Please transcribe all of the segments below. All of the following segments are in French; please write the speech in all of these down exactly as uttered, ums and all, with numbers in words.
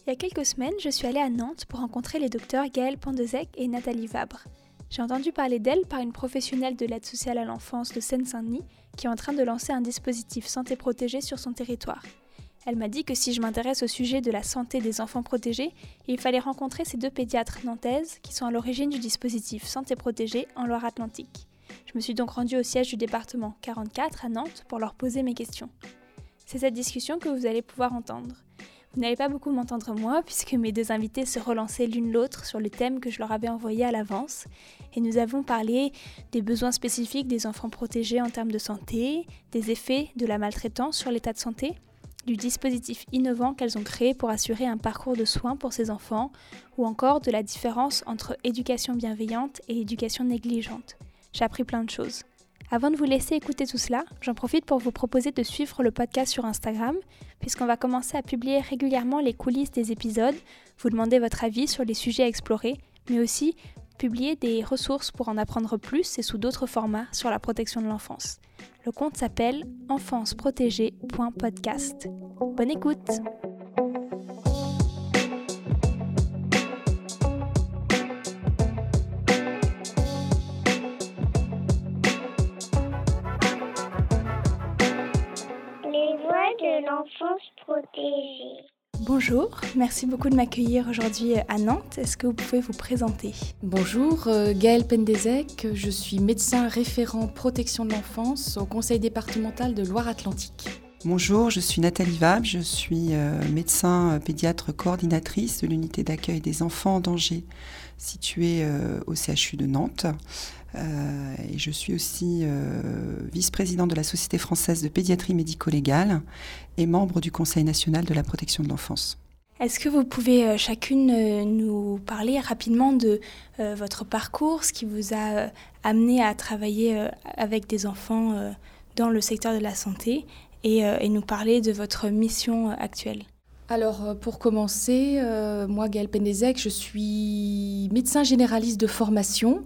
Il y a quelques semaines, je suis allée à Nantes pour rencontrer les docteurs Gaëlle Pendezec et Nathalie Vabre. J'ai entendu parler d'elles par une professionnelle de l'aide sociale à l'enfance de Seine-Saint-Denis qui est en train de lancer un dispositif santé protégée sur son territoire. Elle m'a dit que si je m'intéresse au sujet de la santé des enfants protégés, il fallait rencontrer ces deux pédiatres nantaises qui sont à l'origine du dispositif Santé protégée en Loire-Atlantique. Je me suis donc rendue au siège du département quarante-quatre à Nantes pour leur poser mes questions. C'est cette discussion que vous allez pouvoir entendre. Vous n'allez pas beaucoup m'entendre moi, puisque mes deux invités se relançaient l'une l'autre sur le thème que je leur avais envoyé à l'avance. Et nous avons parlé des besoins spécifiques des enfants protégés en termes de santé, des effets de la maltraitance sur l'état de santé, du dispositif innovant qu'elles ont créé pour assurer un parcours de soins pour ces enfants, ou encore de la différence entre éducation bienveillante et éducation négligente. J'ai appris plein de choses. Avant de vous laisser écouter tout cela, j'en profite pour vous proposer de suivre le podcast sur Instagram, puisqu'on va commencer à publier régulièrement les coulisses des épisodes, vous demander votre avis sur les sujets à explorer, mais aussi publier des ressources pour en apprendre plus et sous d'autres formats sur la protection de l'enfance. Le compte s'appelle enfance protégée point podcast. Bonne écoute! De l'enfance protégée. Bonjour, merci beaucoup de m'accueillir aujourd'hui à Nantes. Est-ce que vous pouvez vous présenter ? Bonjour, euh, Gaëlle Pendezec, je suis médecin référent protection de l'enfance au conseil départemental de Loire-Atlantique. Bonjour, je suis Nathalie Vabre, je suis euh, médecin pédiatre coordinatrice de l'unité d'accueil des enfants en danger située euh, au C H U de Nantes. Euh, et je suis aussi euh, vice-présidente de la Société française de pédiatrie médico-légale et membre du Conseil national de la protection de l'enfance. Est-ce que vous pouvez euh, chacune euh, nous parler rapidement de euh, votre parcours, ce qui vous a euh, amené à travailler euh, avec des enfants euh, dans le secteur de la santé et, euh, et nous parler de votre mission euh, actuelle ? Alors, pour commencer, euh, moi, Gaëlle Pendezec, je suis médecin généraliste de formation.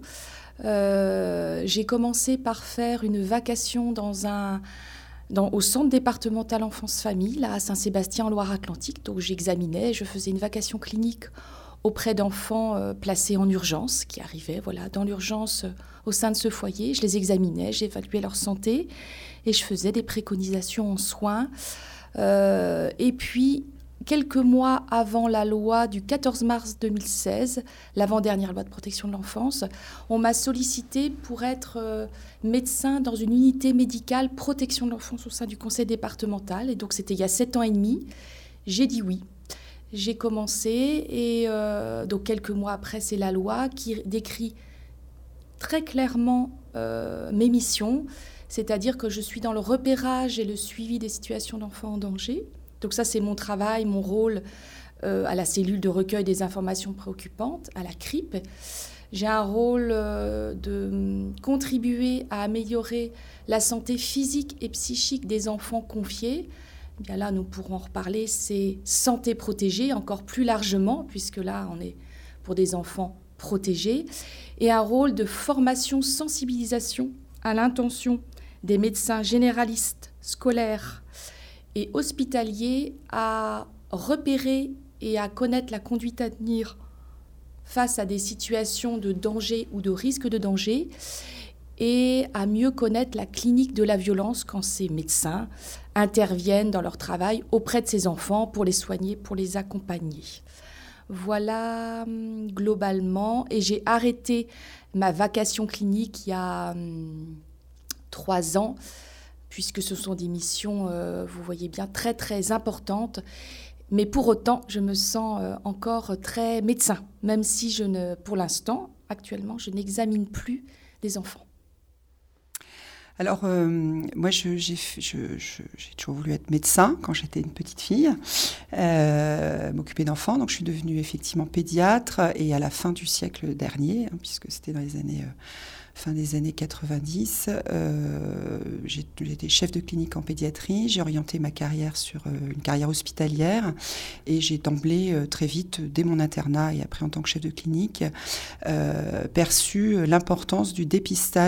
Euh, j'ai commencé par faire une vacation dans un, dans, au centre départemental enfance-famille, là à Saint-Sébastien en Loire-Atlantique. Donc j'examinais, je faisais une vacation clinique auprès d'enfants euh, placés en urgence, qui arrivaient voilà, dans l'urgence euh, au sein de ce foyer. Je les examinais, j'évaluais leur santé et je faisais des préconisations en soins. Euh, et puis, quelques mois avant la loi du quatorze mars deux mille seize, l'avant-dernière loi de protection de l'enfance, on m'a sollicité pour être euh, médecin dans une unité médicale protection de l'enfance au sein du conseil départemental. Et donc, c'était il y a sept ans et demi. J'ai dit oui. J'ai commencé et euh, donc quelques mois après, c'est la loi qui décrit très clairement euh, mes missions, c'est-à-dire que je suis dans le repérage et le suivi des situations d'enfants en danger. Donc ça, c'est mon travail, mon rôle euh, à la cellule de recueil des informations préoccupantes, à la C R I P. J'ai un rôle euh, de contribuer à améliorer la santé physique et psychique des enfants confiés. Eh bien là, nous pourrons en reparler, c'est santé protégée, encore plus largement, puisque là, on est pour des enfants protégés. Et un rôle de formation, sensibilisation à l'intention des médecins généralistes, scolaires, et hospitalier à repérer et à connaître la conduite à tenir face à des situations de danger ou de risque de danger et à mieux connaître la clinique de la violence quand ces médecins interviennent dans leur travail auprès de ces enfants pour les soigner, pour les accompagner. Voilà globalement. Et j'ai arrêté ma vacation clinique il y a hum, trois ans puisque ce sont des missions, euh, vous voyez bien, très très importantes. Mais pour autant, je me sens euh, encore très médecin, même si je ne, pour l'instant, actuellement, je n'examine plus des enfants. Alors, euh, moi, je, j'ai, je, je, j'ai toujours voulu être médecin quand j'étais une petite fille, euh, m'occuper d'enfants. Donc, je suis devenue effectivement pédiatre et à la fin du siècle dernier, hein, puisque c'était dans les années... Euh, fin des années quatre-vingt-dix, euh, j'ai, j'ai été chef de clinique en pédiatrie, j'ai orienté ma carrière sur euh, une carrière hospitalière et j'ai d'emblée, euh, très vite, dès mon internat et après en tant que chef de clinique, euh, perçu l'importance du dépistage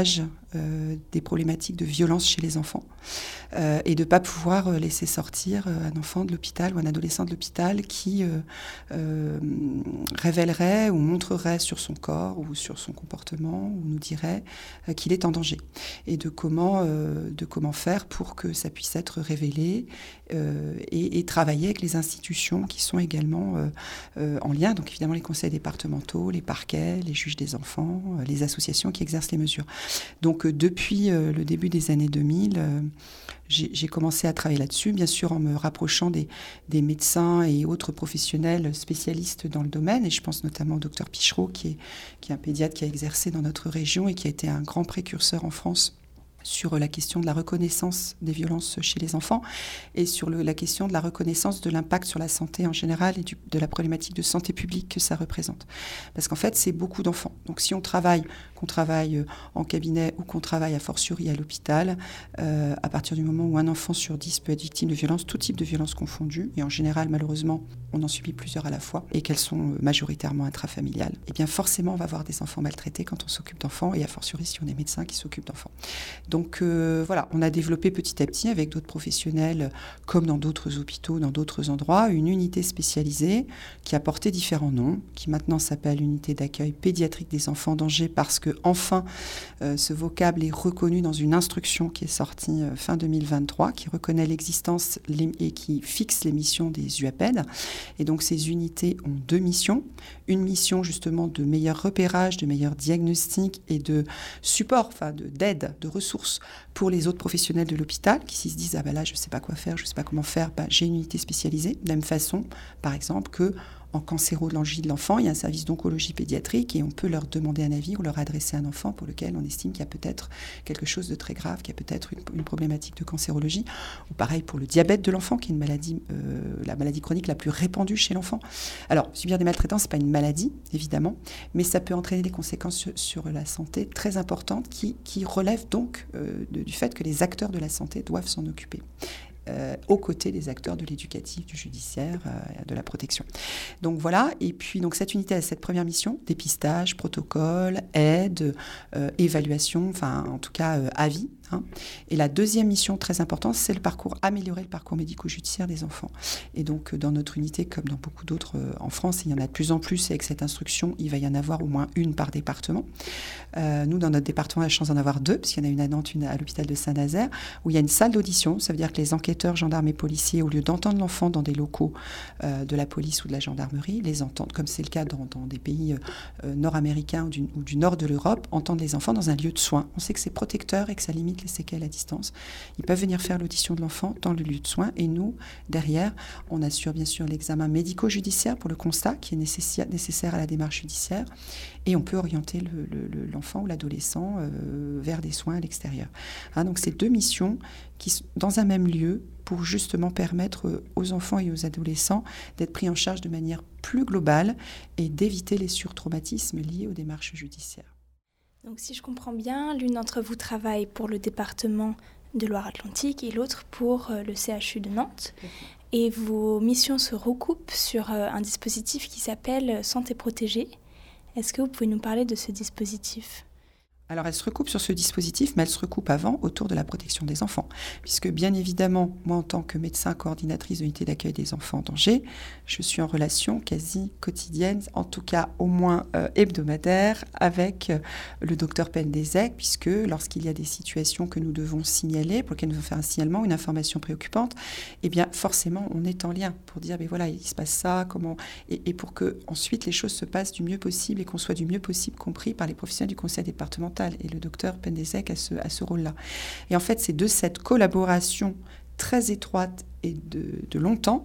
euh, des problématiques de violence chez les enfants euh, et de ne pas pouvoir laisser sortir un enfant de l'hôpital ou un adolescent de l'hôpital qui euh, euh, révélerait ou montrerait sur son corps ou sur son comportement ou nous dirait euh, qu'il est en danger et de comment, euh, de comment faire pour que ça puisse être révélé euh, et, et travailler avec les institutions qui sont également euh, euh, en lien, donc évidemment les conseils départementaux, les parquets, les juges des enfants, euh, les associations qui exercent les mesures. Donc euh, depuis euh, le début des années deux mille, euh, j'ai, j'ai commencé à travailler là-dessus, bien sûr en me rapprochant des, des médecins et autres professionnels spécialistes dans le domaine, et je pense notamment au docteur Pichereau, qui est, qui est un pédiatre qui a exercé dans notre région et qui a été un grand précurseur en France sur la question de la reconnaissance des violences chez les enfants et sur le, la question de la reconnaissance de l'impact sur la santé en général et du, de la problématique de santé publique que ça représente. Parce qu'en fait, c'est beaucoup d'enfants. Donc si on travaille, qu'on travaille en cabinet ou qu'on travaille a fortiori à l'hôpital, euh, à partir du moment où un enfant sur dix peut être victime de violences, tout type de violences confondues, et en général, malheureusement, on en subit plusieurs à la fois, et qu'elles sont majoritairement intrafamiliales, et bien forcément, on va avoir des enfants maltraités quand on s'occupe d'enfants, et a fortiori si on est médecin qui s'occupe d'enfants. Donc euh, voilà, on a développé petit à petit avec d'autres professionnels, comme dans d'autres hôpitaux, dans d'autres endroits, une unité spécialisée qui a porté différents noms, qui maintenant s'appelle Unité d'accueil pédiatrique des enfants en danger, parce que enfin euh, ce vocable est reconnu dans une instruction qui est sortie euh, fin deux mille vingt-trois, qui reconnaît l'existence les, et qui fixe les missions des U A P E D. Et donc ces unités ont deux missions. Une mission justement de meilleur repérage, de meilleur diagnostic et de support, enfin de, d'aide, de ressources pour les autres professionnels de l'hôpital qui s'ils se disent « Ah ben là, je ne sais pas quoi faire, je ne sais pas comment faire, ben, j'ai une unité spécialisée ». De la même façon, par exemple, que en cancérologie de l'enfant, il y a un service d'oncologie pédiatrique et on peut leur demander un avis ou leur adresser un enfant pour lequel on estime qu'il y a peut-être quelque chose de très grave, qu'il y a peut-être une, une problématique de cancérologie. Ou pareil pour le diabète de l'enfant, qui est une maladie, euh, la maladie chronique la plus répandue chez l'enfant. Alors, subir des maltraitances, ce n'est pas une maladie, évidemment, mais ça peut entraîner des conséquences sur, sur la santé très importantes qui, qui relèvent donc euh, de, du fait que les acteurs de la santé doivent s'en occuper. Euh, aux côtés des acteurs de l'éducatif, du judiciaire, euh, de la protection. Donc voilà, et puis donc cette unité a cette première mission, dépistage, protocole, aide, euh, évaluation, enfin en tout cas euh, avis. Hein. Et la deuxième mission très importante, c'est le parcours, améliorer le parcours médico-judiciaire des enfants. Et donc dans notre unité, comme dans beaucoup d'autres euh, en France, il y en a de plus en plus, et avec cette instruction, il va y en avoir au moins une par département. Euh, nous, dans notre département, on a la chance d'en avoir deux, parce qu'il y en a une à Nantes, une à l'hôpital de Saint-Nazaire, où il y a une salle d'audition. Ça veut dire que les enquêteurs, gendarmes et policiers, au lieu d'entendre l'enfant dans des locaux euh, de la police ou de la gendarmerie, les entendent, comme c'est le cas dans, dans des pays euh, nord-américains ou du, ou du nord de l'Europe, entendent les enfants dans un lieu de soins. On sait que c'est protecteur et que ça limite les séquelles à distance. Ils peuvent venir faire l'audition de l'enfant dans le lieu de soins, et nous, derrière, on assure bien sûr l'examen médico-judiciaire pour le constat qui est nécessaire, nécessaire à la démarche judiciaire, et on peut orienter le, le, l'enfant ou l'adolescent euh, vers des soins à l'extérieur. Hein, donc c'est deux missions qui sont dans un même lieu pour justement permettre aux enfants et aux adolescents d'être pris en charge de manière plus globale et d'éviter les surtraumatismes liés aux démarches judiciaires. Donc si je comprends bien, l'une d'entre vous travaille pour le département de Loire-Atlantique et l'autre pour le C H U de Nantes. Et vos missions se recoupent sur un dispositif qui s'appelle Santé protégée. Est-ce que vous pouvez nous parler de ce dispositif ? Alors, elle se recoupe sur ce dispositif, mais elle se recoupe avant autour de la protection des enfants. Puisque, bien évidemment, moi, en tant que médecin coordinatrice de l'unité d'accueil des enfants en danger, je suis en relation quasi quotidienne, en tout cas au moins euh, hebdomadaire, avec euh, le docteur Pendezec, puisque lorsqu'il y a des situations que nous devons signaler, pour lesquelles nous devons faire un signalement, une information préoccupante, eh bien, forcément, on est en lien pour dire, mais voilà, il se passe ça, comment... Et, et pour que, ensuite, les choses se passent du mieux possible et qu'on soit du mieux possible compris par les professionnels du conseil départemental. Et le docteur Pendezec a ce, a ce rôle-là. Et en fait, c'est de cette collaboration très étroite et de, de longtemps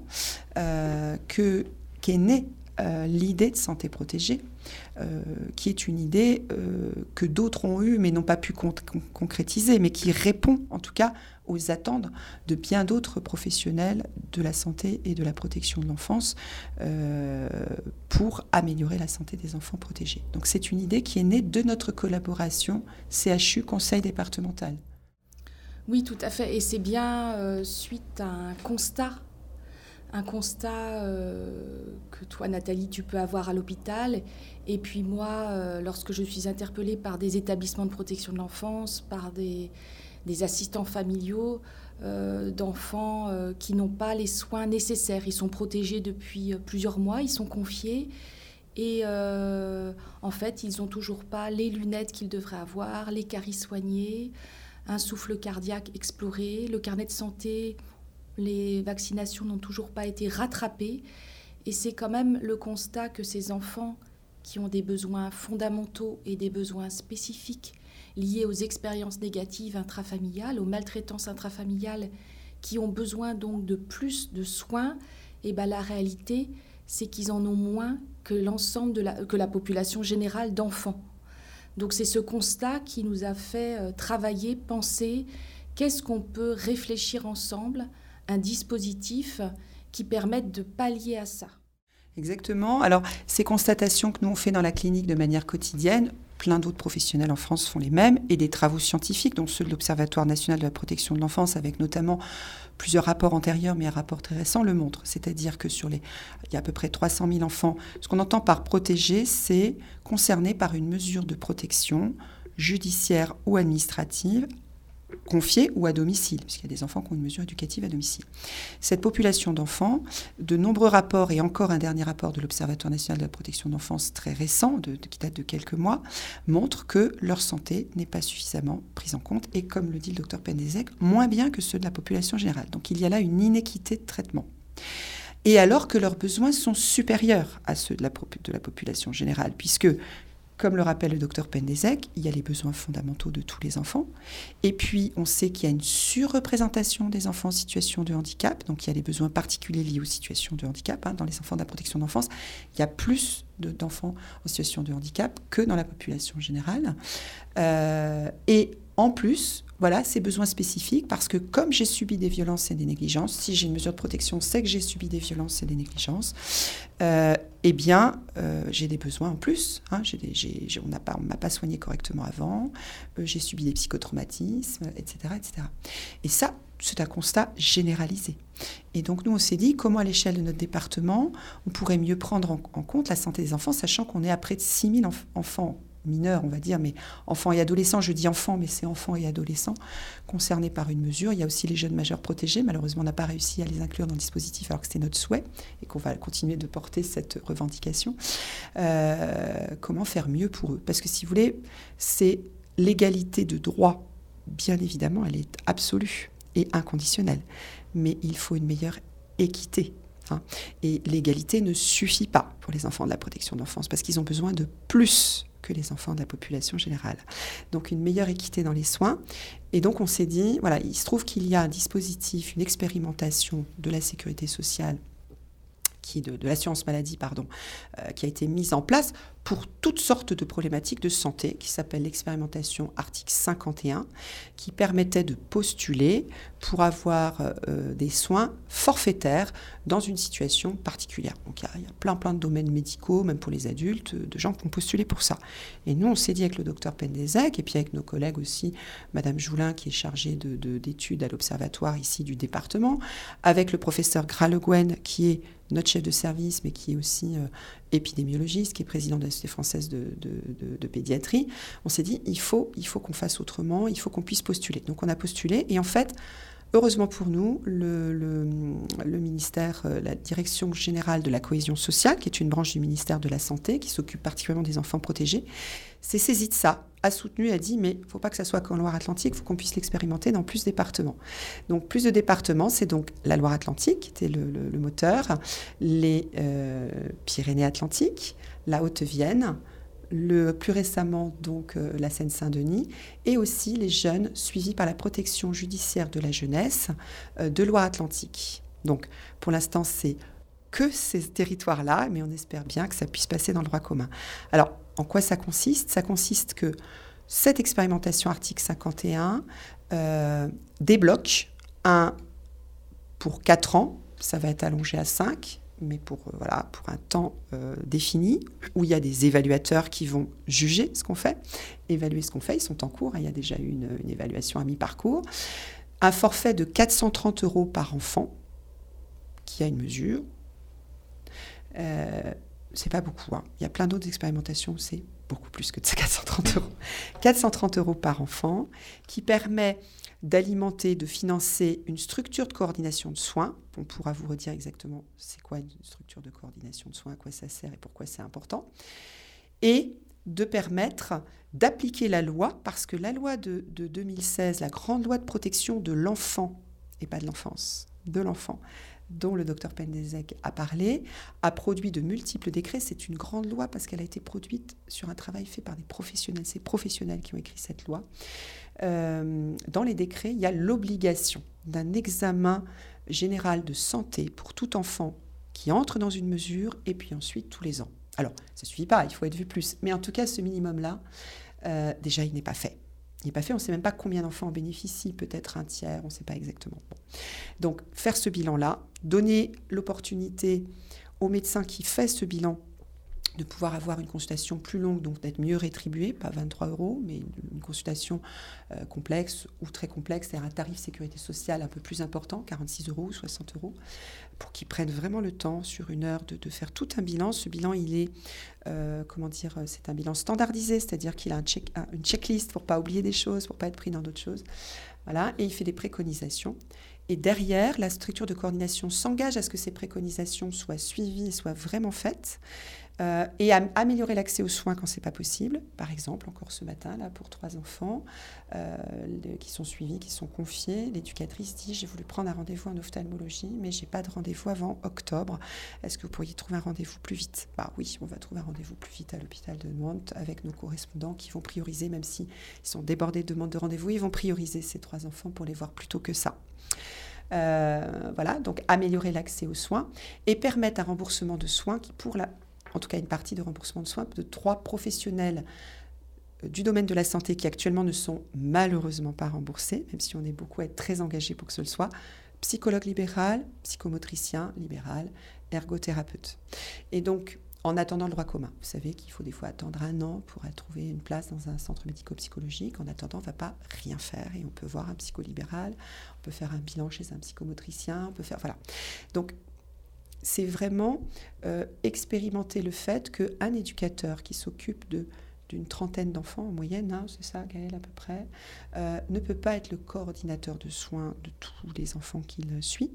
euh, que, qu'est née euh, l'idée de santé protégée, euh, qui est une idée euh, que d'autres ont eue mais n'ont pas pu con- con- concrétiser, mais qui répond en tout cas aux attentes de bien d'autres professionnels de la santé et de la protection de l'enfance euh, pour améliorer la santé des enfants protégés. Donc c'est une idée qui est née de notre collaboration C H U Conseil départemental. Oui, tout à fait. Et c'est bien euh, suite à un constat, un constat euh, que toi, Nathalie, tu peux avoir à l'hôpital. Et puis moi, euh, lorsque je suis interpellée par des établissements de protection de l'enfance, par des, des assistants familiaux, euh, d'enfants euh, qui n'ont pas les soins nécessaires. Ils sont protégés depuis plusieurs mois, ils sont confiés. Et euh, en fait, ils n'ont toujours pas les lunettes qu'ils devraient avoir, les caries soignées, un souffle cardiaque exploré, le carnet de santé, les vaccinations n'ont toujours pas été rattrapées. Et c'est quand même le constat que ces enfants qui ont des besoins fondamentaux et des besoins spécifiques liés aux expériences négatives intrafamiliales, aux maltraitances intrafamiliales, qui ont besoin donc de plus de soins, et ben la réalité, c'est qu'ils en ont moins que l'ensemble de la, que la population générale d'enfants. Donc c'est ce constat qui nous a fait euh, travailler, penser, qu'est-ce qu'on peut réfléchir ensemble, un dispositif qui permette de pallier à ça. Exactement. Alors, ces constatations que nous on fait dans la clinique de manière quotidienne, plein d'autres professionnels en France font les mêmes, et des travaux scientifiques, dont ceux de l'Observatoire national de la protection de l'enfance, avec notamment plusieurs rapports antérieurs, mais un rapport très récent, le montre. C'est-à-dire que sur les, il y a à peu près trois cent mille enfants. Ce qu'on entend par protégé, c'est concerné par une mesure de protection judiciaire ou administrative, confiés ou à domicile, puisqu'il y a des enfants qui ont une mesure éducative à domicile. Cette population d'enfants, de nombreux rapports, et encore un dernier rapport de l'Observatoire national de la protection de l'enfance très récent, de, de, qui date de quelques mois, montrent que leur santé n'est pas suffisamment prise en compte, et comme le dit le docteur Pendezec, moins bien que ceux de la population générale. Donc il y a là une inéquité de traitement. Et alors que leurs besoins sont supérieurs à ceux de la, de la population générale, puisque comme le rappelle le docteur Pendezec, il y a les besoins fondamentaux de tous les enfants. Et puis, on sait qu'il y a une surreprésentation des enfants en situation de handicap. Donc, il y a les besoins particuliers liés aux situations de handicap. Hein. Dans les enfants de la protection de l'enfance, il y a plus de, d'enfants en situation de handicap que dans la population générale. Euh, et en plus, voilà, ces besoins spécifiques, parce que comme j'ai subi des violences et des négligences, si j'ai une mesure de protection, c'est que j'ai subi des violences et des négligences, euh, eh bien, euh, j'ai des besoins en plus. Hein, j'ai des, j'ai, j'ai, on n'a pas, on ne m'a pas soigné correctement avant, euh, j'ai subi des psychotraumatismes, et cetera, et cetera. Et ça, c'est un constat généralisé. Et donc, nous, on s'est dit, comment à l'échelle de notre département, on pourrait mieux prendre en, en compte la santé des enfants, sachant qu'on est à près de six mille enf- enfants mineurs, on va dire, mais enfants et adolescents, je dis enfants, mais c'est enfants et adolescents concernés par une mesure. Il y a aussi les jeunes majeurs protégés. Malheureusement, on n'a pas réussi à les inclure dans le dispositif, alors que c'était notre souhait et qu'on va continuer de porter cette revendication. Euh, comment faire mieux pour eux ? Parce que, si vous voulez, c'est l'égalité de droit, bien évidemment, elle est absolue et inconditionnelle. Mais il faut une meilleure équité. Hein. Et l'égalité ne suffit pas pour les enfants de la protection de l'enfance, parce qu'ils ont besoin de plus que les enfants de la population générale. Donc une meilleure équité dans les soins. Et donc on s'est dit, voilà, il se trouve qu'il y a un dispositif, une expérimentation de la sécurité sociale, qui de, de l'assurance maladie, pardon, euh, qui a été mise en place pour toutes sortes de problématiques de santé, qui s'appelle l'expérimentation article cinquante et un, qui permettait de postuler pour avoir euh, des soins forfaitaires dans une situation particulière. Donc il y, y a plein plein de domaines médicaux, même pour les adultes, de gens qui ont postulé pour ça. Et nous, on s'est dit avec le docteur Pendezec, et puis avec nos collègues aussi, Madame Joulin, qui est chargée de, de, d'études à l'observatoire ici du département, avec le professeur Gras-Le-Guen, qui est notre chef de service, mais qui est aussi euh, épidémiologiste, qui est président de la Société française de, de, de, de pédiatrie, on s'est dit, il faut, il faut qu'on fasse autrement, il faut qu'on puisse postuler. Donc on a postulé, et en fait, heureusement pour nous, le, le, le ministère, la Direction générale de la cohésion sociale, qui est une branche du ministère de la Santé, qui s'occupe particulièrement des enfants protégés, s'est saisie de ça, a soutenu, a dit, mais il ne faut pas que ça soit qu'en Loire-Atlantique, il faut qu'on puisse l'expérimenter dans plus de départements. Donc plus de départements, c'est donc la Loire-Atlantique, qui était le, le, le moteur, les euh, Pyrénées-Atlantiques, la Haute-Vienne, le, plus récemment donc euh, la Seine-Saint-Denis, et aussi les jeunes suivis par la protection judiciaire de la jeunesse euh, de Loire-Atlantique. Donc pour l'instant, c'est que ces territoires-là, mais on espère bien que ça puisse passer dans le droit commun. Alors, en quoi ça consiste ? Ça consiste que cette expérimentation article cinquante et un euh, débloque un, pour quatre ans, ça va être allongé à cinq, mais pour, euh, voilà, pour un temps euh, défini, où il y a des évaluateurs qui vont juger ce qu'on fait, évaluer ce qu'on fait, ils sont en cours, hein, il y a déjà eu une, une évaluation à mi-parcours, un forfait de quatre cent trente euros par enfant, qui a une mesure. Euh, c'est pas beaucoup. Hein. Il y a plein d'autres expérimentations où c'est beaucoup plus que de ces quatre cent trente euros. quatre cent trente euros par enfant, qui permet d'alimenter, de financer une structure de coordination de soins. On pourra vous redire exactement c'est quoi une structure de coordination de soins, à quoi ça sert et pourquoi c'est important. Et de permettre d'appliquer la loi, parce que la loi de, de deux mille seize, la grande loi de protection de l'enfant, et pas de l'enfance, de l'enfant, dont le docteur Pendezec a parlé, a produit de multiples décrets. C'est une grande loi parce qu'elle a été produite sur un travail fait par des professionnels. C'est des professionnels qui ont écrit cette loi. Euh, dans les décrets, il y a l'obligation d'un examen général de santé pour tout enfant qui entre dans une mesure, et puis ensuite tous les ans. Alors, ça ne suffit pas, il faut être vu plus. Mais en tout cas, ce minimum-là, euh, déjà, il n'est pas fait. Il n'est pas fait, on ne sait même pas combien d'enfants en bénéficient, peut-être un tiers, on ne sait pas exactement. Bon. Donc, faire ce bilan-là, donner l'opportunité au médecin qui fait ce bilan de pouvoir avoir une consultation plus longue, donc d'être mieux rétribué, pas vingt-trois euros, mais une consultation euh, complexe ou très complexe, c'est-à-dire un tarif sécurité sociale un peu plus important, quarante-six euros ou soixante euros, pour qu'ils prennent vraiment le temps sur une heure de, de faire tout un bilan. Ce bilan, il est, euh, comment dire, c'est un bilan standardisé, c'est-à-dire qu'il a un check, un, une checklist pour ne pas oublier des choses, pour ne pas être pris dans d'autres choses. Voilà, et il fait des préconisations. Et derrière, la structure de coordination s'engage à ce que ces préconisations soient suivies et soient vraiment faites. Euh, et à améliorer l'accès aux soins quand ce n'est pas possible. Par exemple, encore ce matin, là, pour trois enfants euh, le, qui sont suivis, qui sont confiés, l'éducatrice dit « J'ai voulu prendre un rendez-vous en ophtalmologie, mais je n'ai pas de rendez-vous avant octobre. Est-ce que vous pourriez trouver un rendez-vous plus vite ?» Bah oui, on va trouver un rendez-vous plus vite à l'hôpital de Nantes avec nos correspondants qui vont prioriser, même s'ils sont débordés de demandes de rendez-vous, ils vont prioriser ces trois enfants pour les voir plus tôt que ça. Euh, voilà, donc améliorer l'accès aux soins et permettre un remboursement de soins qui, pour la en tout cas une partie de remboursement de soins de trois professionnels du domaine de la santé qui actuellement ne sont malheureusement pas remboursés, même si on est beaucoup à être très engagés pour que ce le soit, psychologue libéral, psychomotricien libéral, ergothérapeute. Et donc, en attendant le droit commun, vous savez qu'il faut des fois attendre un an pour trouver une place dans un centre médico-psychologique. En attendant, on ne va pas rien faire et on peut voir un psycholibéral, on peut faire un bilan chez un psychomotricien, on peut faire... Voilà. Donc, c'est vraiment euh, expérimenter le fait qu'un éducateur qui s'occupe de, d'une trentaine d'enfants en moyenne, hein, c'est ça Gaëlle à peu près, euh, ne peut pas être le coordinateur de soins de tous les enfants qu'il suit.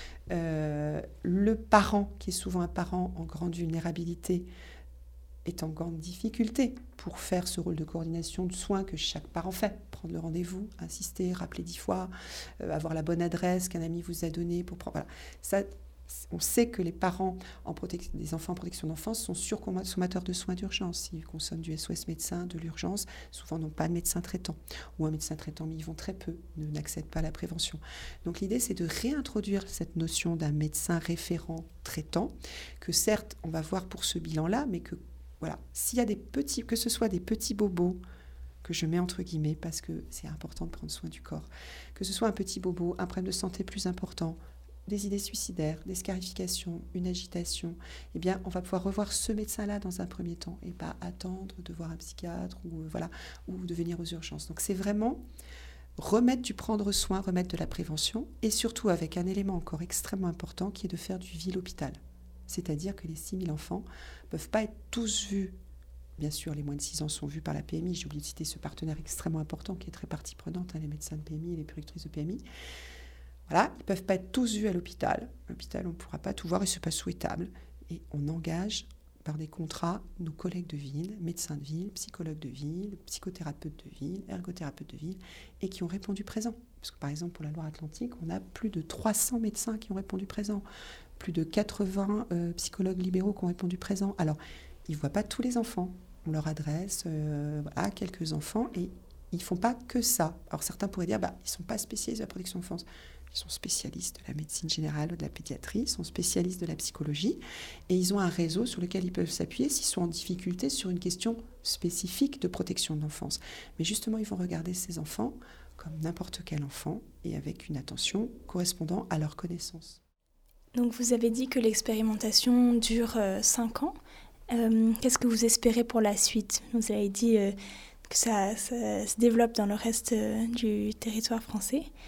Euh, le parent, qui est souvent un parent en grande vulnérabilité, est en grande difficulté pour faire ce rôle de coordination de soins que chaque parent fait. Prendre le rendez-vous, insister, rappeler dix fois, euh, avoir la bonne adresse qu'un ami vous a donnée pour prendre... Voilà. Ça, on sait que les parents en protec- des enfants en protection d'enfance sont surconsommateurs de soins d'urgence. Ils consomment du S O S médecin, de l'urgence, souvent n'ont pas de médecin traitant. Ou un médecin traitant, mais ils vont très peu, ne, n'accèdent pas à la prévention. Donc l'idée, c'est de réintroduire cette notion d'un médecin référent traitant, que certes, on va voir pour ce bilan-là, mais que, voilà, s'il y a des petits, que ce soit des petits bobos, que je mets entre guillemets, parce que c'est important de prendre soin du corps, que ce soit un petit bobo, un problème de santé plus important, des idées suicidaires, des scarifications, une agitation, eh bien, on va pouvoir revoir ce médecin-là dans un premier temps et pas attendre de voir un psychiatre ou, euh, voilà, ou de venir aux urgences. Donc, c'est vraiment remettre du prendre soin, remettre de la prévention et surtout avec un élément encore extrêmement important qui est de faire du ville-hôpital. C'est-à-dire que les six mille enfants ne peuvent pas être tous vus. Bien sûr, les moins de six ans sont vus par la P M I. J'ai oublié de citer ce partenaire extrêmement important qui est très partie prenante, hein, les médecins de P M I et les puéricultrices de P M I. Voilà, ils ne peuvent pas être tous vus à l'hôpital. À l'hôpital, on ne pourra pas tout voir et ce n'est pas souhaitable. Et on engage par des contrats nos collègues de ville, médecins de ville, psychologues de ville, psychothérapeutes de ville, ergothérapeutes de ville, et qui ont répondu présent. Parce que par exemple, pour la Loire-Atlantique, on a plus de trois cents médecins qui ont répondu présent, plus de quatre-vingts euh, psychologues libéraux qui ont répondu présent. Alors, ils ne voient pas tous les enfants. On leur adresse euh, à quelques enfants et ils ne font pas que ça. Alors certains pourraient dire, bah, ils ne sont pas spécialistes de la protection de l'enfance. Ils sont spécialistes de la médecine générale ou de la pédiatrie, ils sont spécialistes de la psychologie et ils ont un réseau sur lequel ils peuvent s'appuyer s'ils sont en difficulté sur une question spécifique de protection de l'enfance. Mais justement, ils vont regarder ces enfants comme n'importe quel enfant et avec une attention correspondant à leurs connaissances. Donc vous avez dit que l'expérimentation dure euh, cinq ans. Euh, qu'est-ce que vous espérez pour la suite ? Vous avez dit euh, que ça, ça se développe dans le reste euh, du territoire français.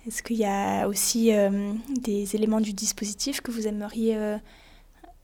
Est-ce qu'il y a aussi euh, des éléments du dispositif que vous aimeriez euh, agrandir ?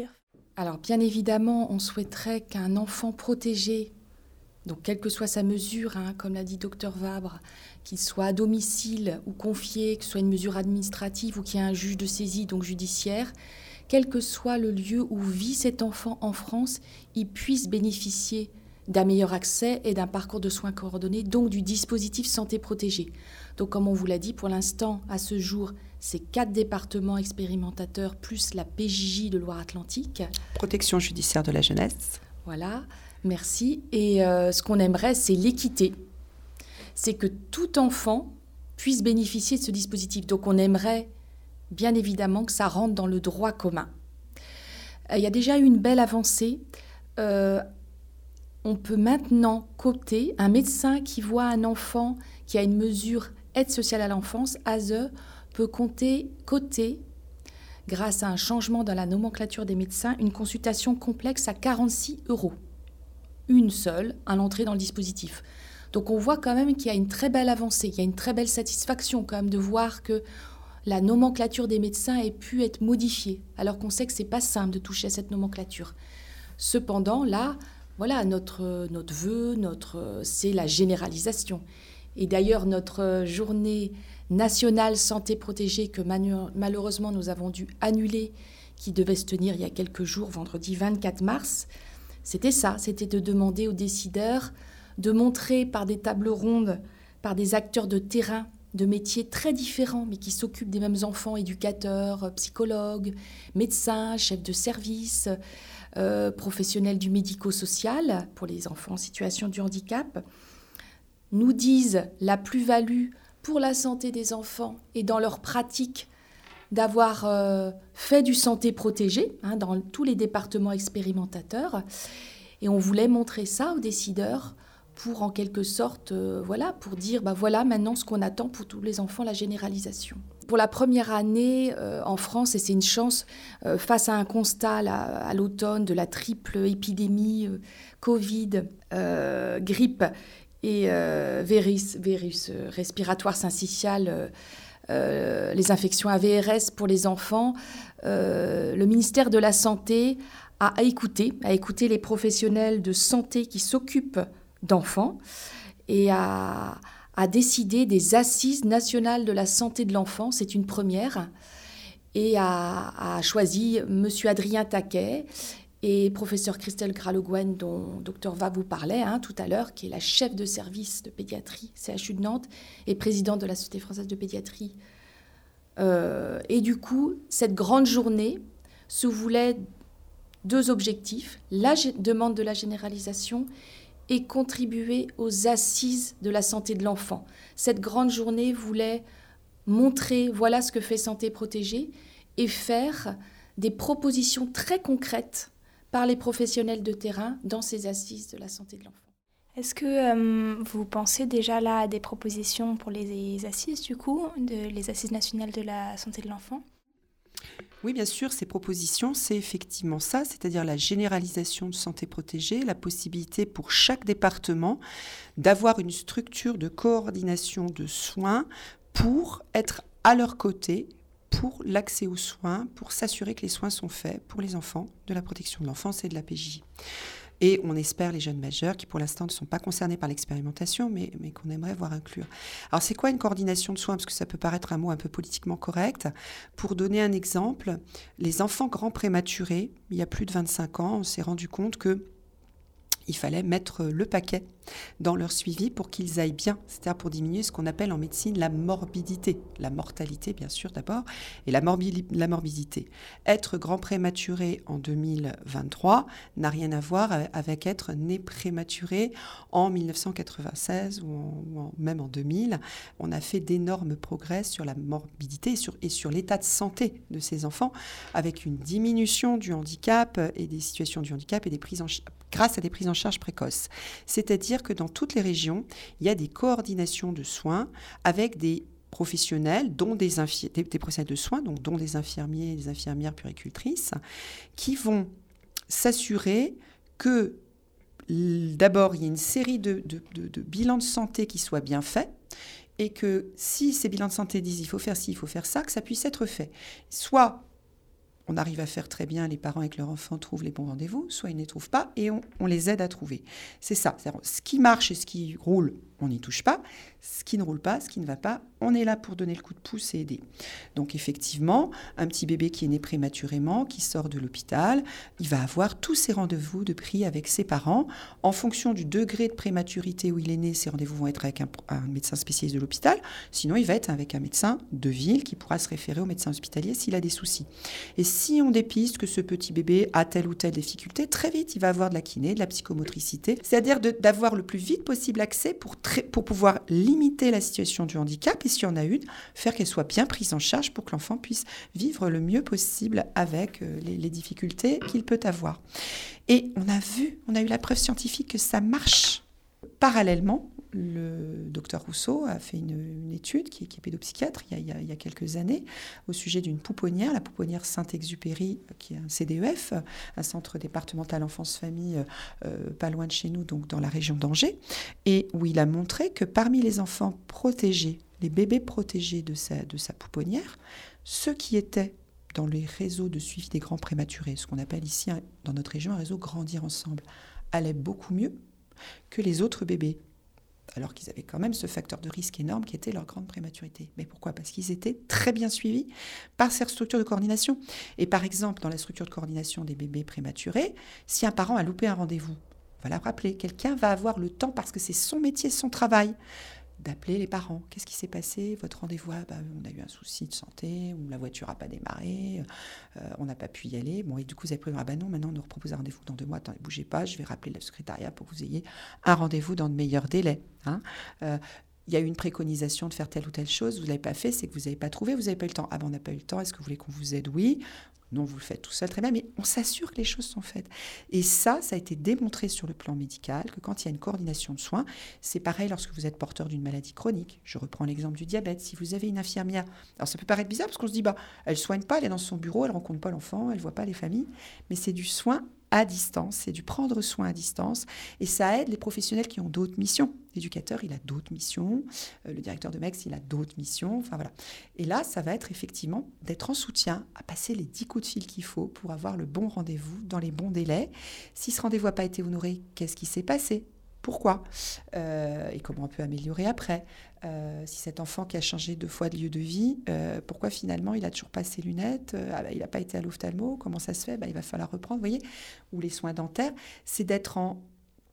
Alors bien évidemment, on souhaiterait qu'un enfant protégé, donc quelle que soit sa mesure, hein, comme l'a dit docteur Vabre, qu'il soit à domicile ou confié, que ce soit une mesure administrative ou qu'il y ait un juge de saisie, donc judiciaire, quel que soit le lieu où vit cet enfant en France, il puisse bénéficier d'un meilleur accès et d'un parcours de soins coordonnés, donc du dispositif santé protégée. Donc comme on vous l'a dit, pour l'instant, à ce jour, c'est quatre départements expérimentateurs plus la P J J de Loire-Atlantique. Protection judiciaire de la jeunesse. Voilà, merci. Et euh, ce qu'on aimerait, c'est l'équité. C'est que tout enfant puisse bénéficier de ce dispositif. Donc on aimerait bien évidemment que ça rentre dans le droit commun. Il y a déjà eu une belle avancée. Euh, on peut maintenant coopter un médecin qui voit un enfant qui a une mesure aide sociale à l'enfance, A S E, peut compter, coter, grâce à un changement dans la nomenclature des médecins, une consultation complexe à quarante-six euros. Une seule, à l'entrée dans le dispositif. Donc on voit quand même qu'il y a une très belle avancée, il y a une très belle satisfaction quand même de voir que la nomenclature des médecins ait pu être modifiée, alors qu'on sait que ce n'est pas simple de toucher à cette nomenclature. Cependant, là, voilà, notre, notre vœu, notre, c'est la généralisation. Et d'ailleurs, notre journée nationale santé protégée que manu- malheureusement nous avons dû annuler, qui devait se tenir il y a quelques jours, vendredi vingt-quatre mars, c'était ça, c'était de demander aux décideurs de montrer par des tables rondes, par des acteurs de terrain, de métiers très différents, mais qui s'occupent des mêmes enfants, éducateurs, psychologues, médecins, chefs de service, euh, professionnels du médico-social pour les enfants en situation de handicap, nous disent la plus-value pour la santé des enfants et dans leur pratique d'avoir euh, fait du santé protégé hein, dans tous les départements expérimentateurs. Et on voulait montrer ça aux décideurs pour en quelque sorte, euh, voilà, pour dire, bah voilà maintenant ce qu'on attend pour tous les enfants, la généralisation. Pour la première année euh, en France, et c'est une chance, euh, face à un constat là, à l'automne de la triple épidémie, euh, Covid, euh, grippe et euh, virus, virus euh, respiratoire syncytial, euh, euh, les infections A V R S pour les enfants, euh, le ministère de la Santé a écouté, a écouté les professionnels de santé qui s'occupent d'enfants et a, a décidé des assises nationales de la santé de l'enfant, c'est une première, et a, a choisi M. Adrien Taquet et professeur Christelle Gralogouen, dont docteur Va vous parlait hein, tout à l'heure, qui est la chef de service de pédiatrie C H U de Nantes et présidente de la Société française de pédiatrie. Euh, et du coup, cette grande journée se voulait deux objectifs, la g- demande de la généralisation et contribuer aux assises de la santé de l'enfant. Cette grande journée voulait montrer, voilà ce que fait Santé Protégée, et faire des propositions très concrètes par les professionnels de terrain dans ces assises de la santé de l'enfant. Est-ce que euh, vous pensez déjà là à des propositions pour les assises, du coup, de, les assises nationales de la santé de l'enfant ? Oui, bien sûr, ces propositions, c'est effectivement ça, c'est-à-dire la généralisation de santé protégée, la possibilité pour chaque département d'avoir une structure de coordination de soins pour être à leur côté, pour l'accès aux soins, pour s'assurer que les soins sont faits pour les enfants de la protection de l'enfance et de la P J J. Et on espère les jeunes majeurs qui, pour l'instant, ne sont pas concernés par l'expérimentation, mais, mais qu'on aimerait voir inclure. Alors, c'est quoi une coordination de soins ? Parce que ça peut paraître un mot un peu politiquement correct. Pour donner un exemple, les enfants grands prématurés, il y a plus de vingt-cinq ans, on s'est rendu compte que il fallait mettre le paquet dans leur suivi pour qu'ils aillent bien, c'est-à-dire pour diminuer ce qu'on appelle en médecine la morbidité, la mortalité bien sûr d'abord, et la, morbi- la morbidité. Être grand prématuré en deux mille vingt-trois n'a rien à voir avec être né prématuré en dix-neuf cent quatre-vingt-seize ou, en, ou en, même en deux mille. On a fait d'énormes progrès sur la morbidité et sur, et sur l'état de santé de ces enfants, avec une diminution du handicap et des situations du handicap et des prises en charge grâce à des prises en charge précoces. C'est-à-dire que dans toutes les régions, il y a des coordinations de soins avec des professionnels, dont des, infi- des, des professionnels de soins, donc dont des infirmiers et des infirmières puéricultrices, qui vont s'assurer que d'abord, il y a une série de, de, de, de bilans de santé qui soient bien faits, et que si ces bilans de santé disent il faut faire ci, il faut faire ça, que ça puisse être fait. Soit on arrive à faire très bien, les parents avec leur enfant trouvent les bons rendez-vous, soit ils ne les trouvent pas et on, on les aide à trouver. C'est ça, c'est-à-dire, ce qui marche et ce qui roule, on n'y touche pas. Ce qui ne roule pas, ce qui ne va pas, on est là pour donner le coup de pouce et aider. Donc effectivement, un petit bébé qui est né prématurément, qui sort de l'hôpital, il va avoir tous ses rendez-vous de pris avec ses parents. En fonction du degré de prématurité où il est né, ces rendez-vous vont être avec un, un médecin spécialiste de l'hôpital. Sinon, il va être avec un médecin de ville qui pourra se référer au médecin hospitalier s'il a des soucis. Et si on dépiste que ce petit bébé a telle ou telle difficulté, très vite, il va avoir de la kiné, de la psychomotricité. C'est-à-dire de, d'avoir le plus vite possible accès pour, très, pour pouvoir limiter la situation du handicap et s'il y en a une, faire qu'elle soit bien prise en charge pour que l'enfant puisse vivre le mieux possible avec les, les difficultés qu'il peut avoir. Et on a vu, on a eu la preuve scientifique que ça marche. Parallèlement, le docteur Rousseau a fait une, une étude, qui est, qui est pédopsychiatre, il y, a, il, y a, il y a quelques années, au sujet d'une pouponnière, la pouponnière Saint-Exupéry, qui est un C D E F, un centre départemental enfance-famille, euh, pas loin de chez nous, donc dans la région d'Angers, et où il a montré que parmi les enfants protégés, les bébés protégés de sa, de sa pouponnière, ceux qui étaient dans les réseaux de suivi des grands prématurés, ce qu'on appelle ici, dans notre région, un réseau Grandir Ensemble, allaient beaucoup mieux que les autres bébés, alors qu'ils avaient quand même ce facteur de risque énorme qui était leur grande prématurité. Mais pourquoi ? Parce qu'ils étaient très bien suivis par cette structure de coordination. Et par exemple, dans la structure de coordination des bébés prématurés, si un parent a loupé un rendez-vous, on va la rappeler, quelqu'un va avoir le temps, parce que c'est son métier, son travail, d'appeler les parents. Qu'est-ce qui s'est passé ? Votre rendez-vous, ah, bah, on a eu un souci de santé, ou la voiture n'a pas démarré, euh, on n'a pas pu y aller. Bon, et du coup, vous avez prévu, ah bah non, maintenant on nous repropose un rendez-vous dans deux mois, attendez, bougez pas, je vais rappeler le secrétariat pour que vous ayez un rendez-vous dans de meilleurs délais. Hein. Euh, il y a eu une préconisation de faire telle ou telle chose, vous ne l'avez pas fait, c'est que vous n'avez pas trouvé, vous n'avez pas eu le temps. Ah ben on n'a pas eu le temps, est-ce que vous voulez qu'on vous aide ? Oui. Non, vous le faites tout seul, très bien, mais on s'assure que les choses sont faites. Et ça, ça a été démontré sur le plan médical, que quand il y a une coordination de soins, c'est pareil lorsque vous êtes porteur d'une maladie chronique. Je reprends l'exemple du diabète. Si vous avez une infirmière, alors ça peut paraître bizarre parce qu'on se dit, bah, elle ne soigne pas, elle est dans son bureau, elle ne rencontre pas l'enfant, elle ne voit pas les familles, mais c'est du soin à distance, c'est du prendre soin à distance, et ça aide les professionnels qui ont d'autres missions. L'éducateur, il a d'autres missions, euh, le directeur de M E X, il a d'autres missions, enfin voilà. Et là, ça va être effectivement d'être en soutien, à passer les dix coups de fil qu'il faut pour avoir le bon rendez-vous dans les bons délais. Si ce rendez-vous n'a pas été honoré, qu'est-ce qui s'est passé ? Pourquoi ? euh, Et comment on peut améliorer après ? euh, Si cet enfant qui a changé deux fois de lieu de vie, euh, pourquoi finalement il n'a toujours pas ses lunettes ? euh, ah bah, il n'a pas été à l'ophtalmo, comment ça se fait ? bah, Il va falloir reprendre, vous voyez ? Ou les soins dentaires, c'est d'être en,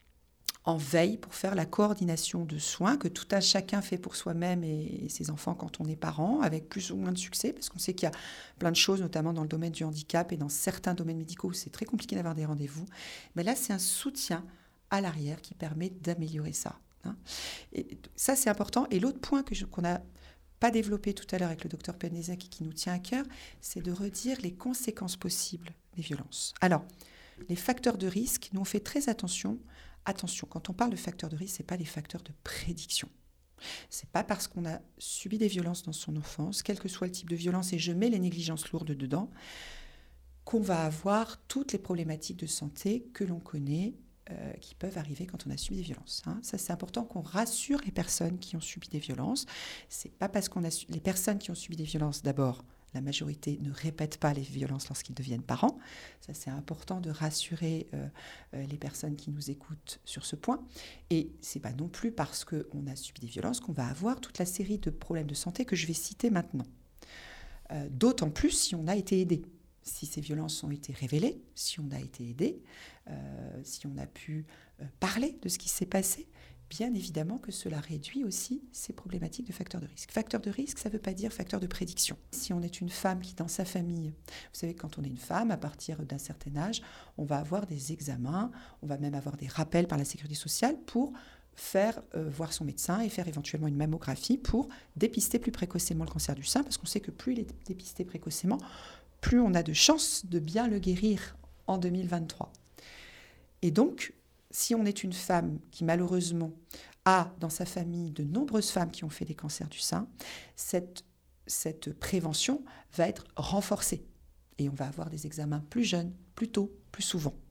en veille pour faire la coordination de soins que tout un chacun fait pour soi-même et, et ses enfants quand on est parent, avec plus ou moins de succès, parce qu'on sait qu'il y a plein de choses, notamment dans le domaine du handicap et dans certains domaines médicaux où c'est très compliqué d'avoir des rendez-vous. Mais là, c'est un soutien à l'arrière qui permet d'améliorer ça. Hein. Et ça, c'est important. Et l'autre point que je, qu'on n'a pas développé tout à l'heure avec le docteur Penezek et qui nous tient à cœur, c'est de redire les conséquences possibles des violences. Alors, les facteurs de risque, nous on fait très attention. Attention, quand on parle de facteurs de risque, ce n'est pas les facteurs de prédiction. Ce n'est pas parce qu'on a subi des violences dans son enfance, quel que soit le type de violence, et je mets les négligences lourdes dedans, qu'on va avoir toutes les problématiques de santé que l'on connaît, Euh, qui peuvent arriver quand on a subi des violences. Hein. Ça, c'est important qu'on rassure les personnes qui ont subi des violences. C'est pas parce qu'on a su... les personnes qui ont subi des violences, d'abord, la majorité ne répète pas les violences lorsqu'ils deviennent parents. Ça, c'est important de rassurer euh, euh, les personnes qui nous écoutent sur ce point. Et c'est pas non plus parce qu'on a subi des violences qu'on va avoir toute la série de problèmes de santé que je vais citer maintenant. Euh, d'autant plus si on a été aidé. Si ces violences ont été révélées, si on a été aidé, euh, si on a pu euh, parler de ce qui s'est passé, bien évidemment que cela réduit aussi ces problématiques de facteurs de risque. Facteur de risque, ça ne veut pas dire facteur de prédiction. Si on est une femme qui, dans sa famille, vous savez, quand on est une femme, à partir d'un certain âge, on va avoir des examens, on va même avoir des rappels par la sécurité sociale pour faire euh, voir son médecin et faire éventuellement une mammographie pour dépister plus précocement le cancer du sein, parce qu'on sait que plus il est dépisté précocement, plus on a de chances de bien le guérir en deux mille vingt-trois. Et donc, si on est une femme qui malheureusement a dans sa famille de nombreuses femmes qui ont fait des cancers du sein, cette, cette prévention va être renforcée. Et on va avoir des examens plus jeunes, plus tôt, plus souvent.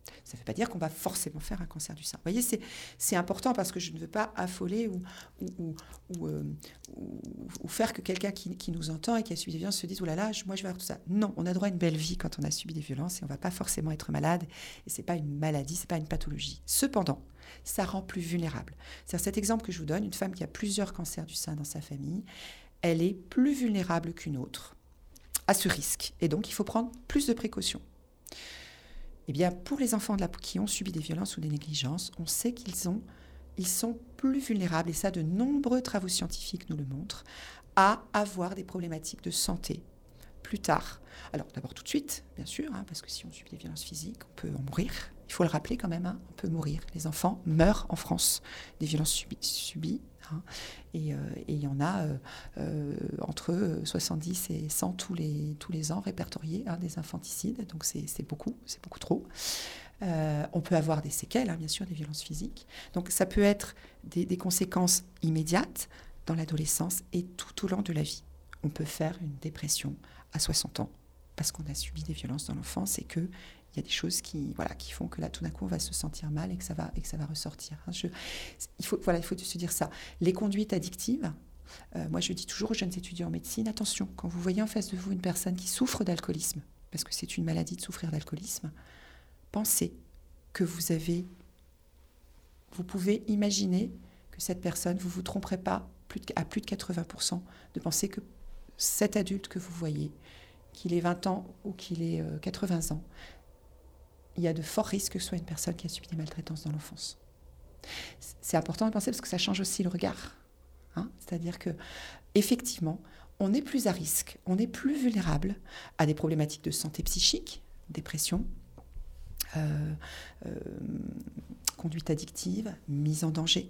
Ça ne veut pas dire qu'on va forcément faire un cancer du sein. Vous voyez, c'est, c'est important parce que je ne veux pas affoler ou, ou, ou, ou, euh, ou, ou faire que quelqu'un qui, qui nous entend et qui a subi des violences se dise « Oh là là, moi je vais avoir tout ça ». Non, on a droit à une belle vie quand on a subi des violences et on ne va pas forcément être malade. Et ce n'est pas une maladie, ce n'est pas une pathologie. Cependant, ça rend plus vulnérable. C'est cet exemple que je vous donne, une femme qui a plusieurs cancers du sein dans sa famille, elle est plus vulnérable qu'une autre à ce risque. Et donc, il faut prendre plus de précautions. Eh bien, pour les enfants de la, qui ont subi des violences ou des négligences, on sait qu'ils ont, ils sont plus vulnérables, et ça, de nombreux travaux scientifiques nous le montrent, à avoir des problématiques de santé plus tard. Alors, d'abord tout de suite, bien sûr, hein, parce que si on subit des violences physiques, on peut en mourir. Il faut le rappeler quand même, hein, on peut mourir. Les enfants meurent en France des violences subi, subies. Hein, et il euh, y en a euh, euh, entre soixante-dix et cent tous les, tous les ans répertoriés, hein, des infanticides. Donc c'est, c'est beaucoup, c'est beaucoup trop. Euh, on peut avoir des séquelles, hein, bien sûr, des violences physiques. Donc ça peut être des, des conséquences immédiates dans l'adolescence et tout au long de la vie. On peut faire une dépression à soixante ans parce qu'on a subi des violences dans l'enfance et que il y a des choses qui, voilà, qui font que là, tout d'un coup, on va se sentir mal et que ça va, et que ça va ressortir. Je, il faut, voilà, il faut se dire ça. Les conduites addictives, euh, moi, je dis toujours aux jeunes étudiants en médecine, attention, quand vous voyez en face de vous une personne qui souffre d'alcoolisme, parce que c'est une maladie de souffrir d'alcoolisme, pensez que vous avez, vous pouvez imaginer que cette personne, vous ne vous tromperez pas plus de, à plus de quatre-vingts pour cent de penser que cet adulte que vous voyez, qu'il ait vingt ans ou qu'il ait euh, quatre-vingts ans, il y a de forts risques que ce soit une personne qui a subi des maltraitances dans l'enfance. C'est important de penser parce que ça change aussi le regard. Hein, c'est-à-dire que, effectivement, on est plus à risque, on est plus vulnérable à des problématiques de santé psychique, dépression, euh, euh, conduite addictive, mise en danger,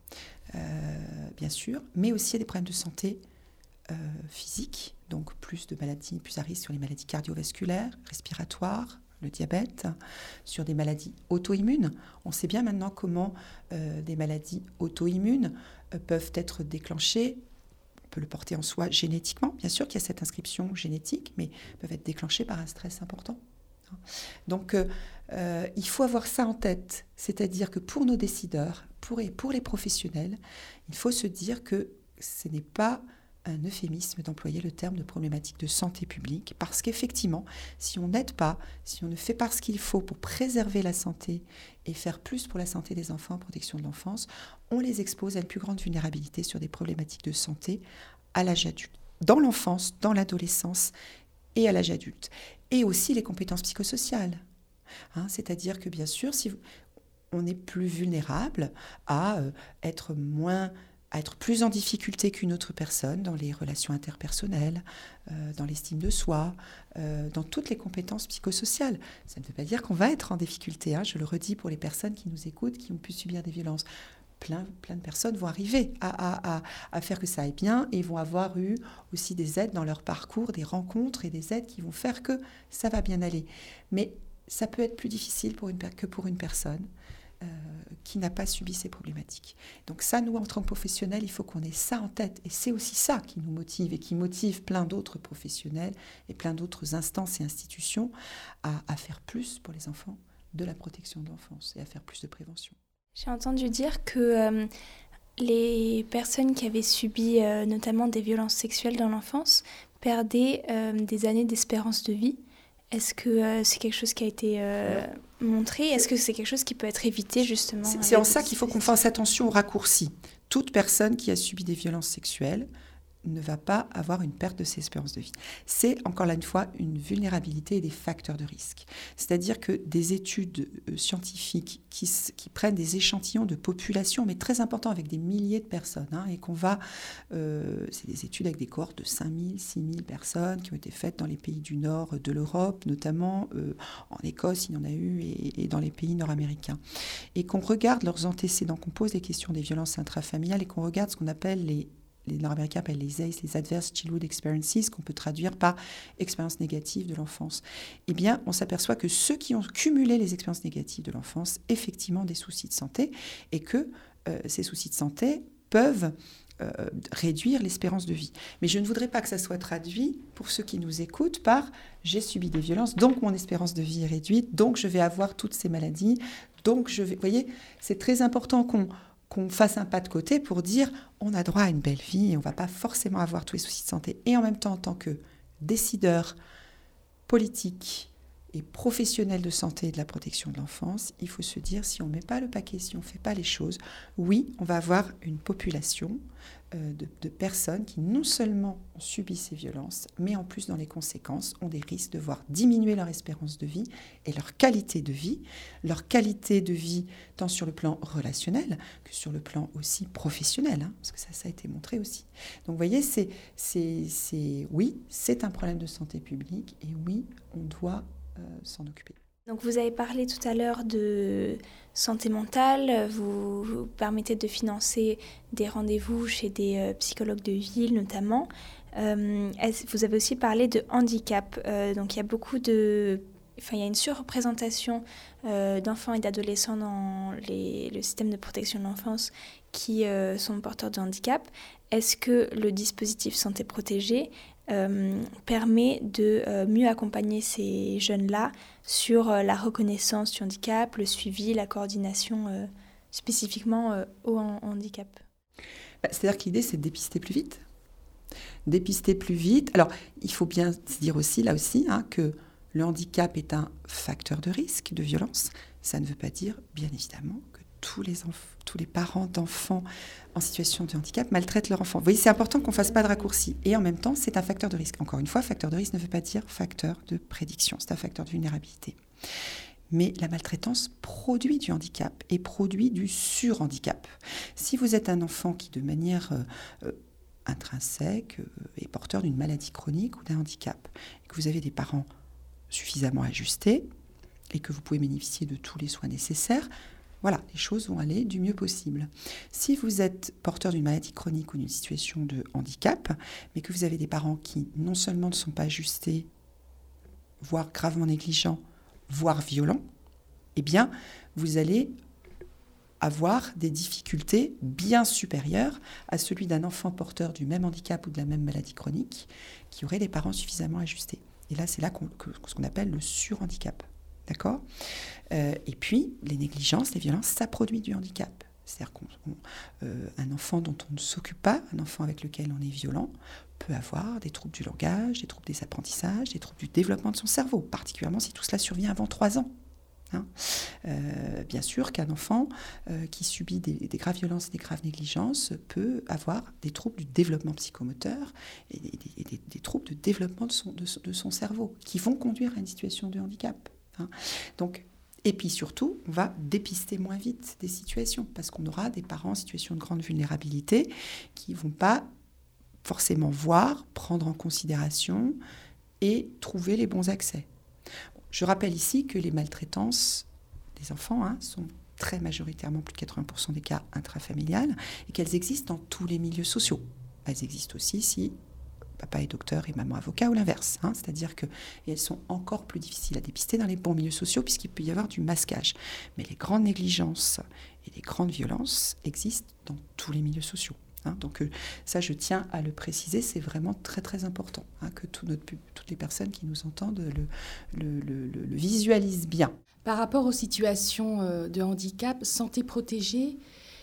euh, bien sûr, mais aussi à des problèmes de santé euh, physique, donc plus de maladies, plus à risque sur les maladies cardiovasculaires, respiratoires, le diabète, sur des maladies auto-immunes. On sait bien maintenant comment euh, des maladies auto-immunes euh, peuvent être déclenchées. On peut le porter en soi génétiquement, bien sûr qu'il y a cette inscription génétique, mais peuvent être déclenchées par un stress important. Donc, euh, euh, il faut avoir ça en tête. C'est-à-dire que pour nos décideurs, pour, pour les professionnels, il faut se dire que ce n'est pas un euphémisme d'employer le terme de problématique de santé publique, parce qu'effectivement, si on n'aide pas, si on ne fait pas ce qu'il faut pour préserver la santé et faire plus pour la santé des enfants, protection de l'enfance, on les expose à une plus grande vulnérabilité sur des problématiques de santé à l'âge adulte, dans l'enfance, dans l'adolescence et à l'âge adulte. Et aussi les compétences psychosociales. Hein, c'est-à-dire que bien sûr, si vous, on est plus vulnérable à euh, être moins... à être plus en difficulté qu'une autre personne dans les relations interpersonnelles, euh, dans l'estime de soi, euh, dans toutes les compétences psychosociales. Ça ne veut pas dire qu'on va être en difficulté, hein, je le redis pour les personnes qui nous écoutent, qui ont pu subir des violences. Plein, plein de personnes vont arriver à, à, à, à faire que ça aille bien et vont avoir eu aussi des aides dans leur parcours, des rencontres et des aides qui vont faire que ça va bien aller. Mais ça peut être plus difficile pour une, que pour une personne Euh, qui n'a pas subi ces problématiques. Donc ça, nous, en tant que professionnels, il faut qu'on ait ça en tête. Et c'est aussi ça qui nous motive et qui motive plein d'autres professionnels et plein d'autres instances et institutions à, à faire plus pour les enfants de la protection de l'enfance et à faire plus de prévention. J'ai entendu dire que euh, les personnes qui avaient subi euh, notamment des violences sexuelles dans l'enfance perdaient euh, des années d'espérance de vie. Est-ce que euh, c'est quelque chose qui a été euh, montré ? Est-ce que c'est quelque chose qui peut être évité, justement ? C'est, c'est en ça qu'il faut qu'on fasse attention aux raccourcis. Toute personne qui a subi des violences sexuelles ne va pas avoir une perte de ses espérances de vie. C'est, encore là une fois, une vulnérabilité et des facteurs de risque. C'est-à-dire que des études euh, scientifiques qui, qui prennent des échantillons de population, mais très importants, avec des milliers de personnes, hein, et qu'on va... Euh, c'est des études avec des cohortes de cinq mille, six mille personnes qui ont été faites dans les pays du nord de l'Europe, notamment euh, en Écosse, il y en a eu, et, et dans les pays nord-américains. Et qu'on regarde leurs antécédents, qu'on pose les questions des violences intrafamiliales et qu'on regarde ce qu'on appelle les... les Nord-Américains appellent les A C E, les Adverse Childhood Experiences, qu'on peut traduire par expériences négatives de l'enfance. Eh bien, on s'aperçoit que ceux qui ont cumulé les expériences négatives de l'enfance, effectivement, des soucis de santé, et que euh, ces soucis de santé peuvent euh, réduire l'espérance de vie. Mais je ne voudrais pas que ça soit traduit, pour ceux qui nous écoutent, par « j'ai subi des violences, donc mon espérance de vie est réduite, donc je vais avoir toutes ces maladies, donc je vais... » Vous voyez, c'est très important qu'on, qu'on fasse un pas de côté pour dire « on a droit à une belle vie et on ne va pas forcément avoir tous les soucis de santé. » Et en même temps, en tant que décideur politique et professionnel de santé et de la protection de l'enfance, il faut se dire, si on ne met pas le paquet, si on ne fait pas les choses, oui, on va avoir une population euh, de, de personnes qui non seulement ont subi ces violences, mais en plus, dans les conséquences, ont des risques de voir diminuer leur espérance de vie et leur qualité de vie, leur qualité de vie tant sur le plan relationnel que sur le plan aussi professionnel, hein, parce que ça, ça a été montré aussi. Donc, vous voyez, c'est, c'est, c'est, oui, c'est un problème de santé publique et oui, on doit Euh, s'en occuper. Donc vous avez parlé tout à l'heure de santé mentale, vous, vous permettez de financer des rendez-vous chez des euh, psychologues de ville notamment. Euh, vous avez aussi parlé de handicap, euh, donc il y a beaucoup de... Enfin, il y a une surreprésentation euh, d'enfants et d'adolescents dans les, le système de protection de l'enfance qui euh, sont porteurs de handicap. Est-ce que le dispositif santé protégée Euh, permet de euh, mieux accompagner ces jeunes-là sur euh, la reconnaissance du handicap, le suivi, la coordination euh, spécifiquement euh, au en- handicap. Bah, c'est-à-dire que l'idée, c'est de dépister plus vite. Dépister plus vite. Alors, il faut bien se dire aussi, là aussi, hein, que le handicap est un facteur de risque de violence. Ça ne veut pas dire, bien évidemment, que tous les, enf- tous les parents d'enfants en situation de handicap maltraitent leur enfant. Vous voyez, c'est important qu'on ne fasse pas de raccourci. Et en même temps, c'est un facteur de risque. Encore une fois, facteur de risque ne veut pas dire facteur de prédiction. C'est un facteur de vulnérabilité. Mais la maltraitance produit du handicap et produit du surhandicap. Si vous êtes un enfant qui, de manière euh, intrinsèque, euh, est porteur d'une maladie chronique ou d'un handicap, et que vous avez des parents suffisamment ajustés et que vous pouvez bénéficier de tous les soins nécessaires, voilà, les choses vont aller du mieux possible. Si vous êtes porteur d'une maladie chronique ou d'une situation de handicap, mais que vous avez des parents qui non seulement ne sont pas ajustés, voire gravement négligents, voire violents, eh bien, vous allez avoir des difficultés bien supérieures à celui d'un enfant porteur du même handicap ou de la même maladie chronique qui aurait des parents suffisamment ajustés. Et là, c'est là qu'on, que, ce qu'on appelle le surhandicap. D'accord ? euh, Et puis, les négligences, les violences, ça produit du handicap. C'est-à-dire qu'un euh, enfant dont on ne s'occupe pas, un enfant avec lequel on est violent, peut avoir des troubles du langage, des troubles des apprentissages, des troubles du développement de son cerveau, particulièrement si tout cela survient avant trois ans. Hein euh, bien sûr qu'un enfant euh, qui subit des, des graves violences et des graves négligences peut avoir des troubles du développement psychomoteur et des, et des, des troubles de développement de son, de, de son cerveau qui vont conduire à une situation de handicap. Hein. Donc, et puis surtout, on va dépister moins vite des situations parce qu'on aura des parents en situation de grande vulnérabilité qui ne vont pas forcément voir, prendre en considération et trouver les bons accès. Je rappelle ici que les maltraitances des enfants hein, sont très majoritairement, plus de quatre-vingts pour cent des cas, intrafamiliales et qu'elles existent dans tous les milieux sociaux. Elles existent aussi si papa est docteur et maman avocat ou l'inverse. Hein, c'est-à-dire qu'elles sont encore plus difficiles à dépister dans les bons milieux sociaux puisqu'il peut y avoir du masquage. Mais les grandes négligences et les grandes violences existent dans tous les milieux sociaux. Hein, donc euh, ça, je tiens à le préciser, c'est vraiment très très important hein, que tout notre, toutes les personnes qui nous entendent le, le, le, le, le visualisent bien. Par rapport aux situations de handicap, Santé protégée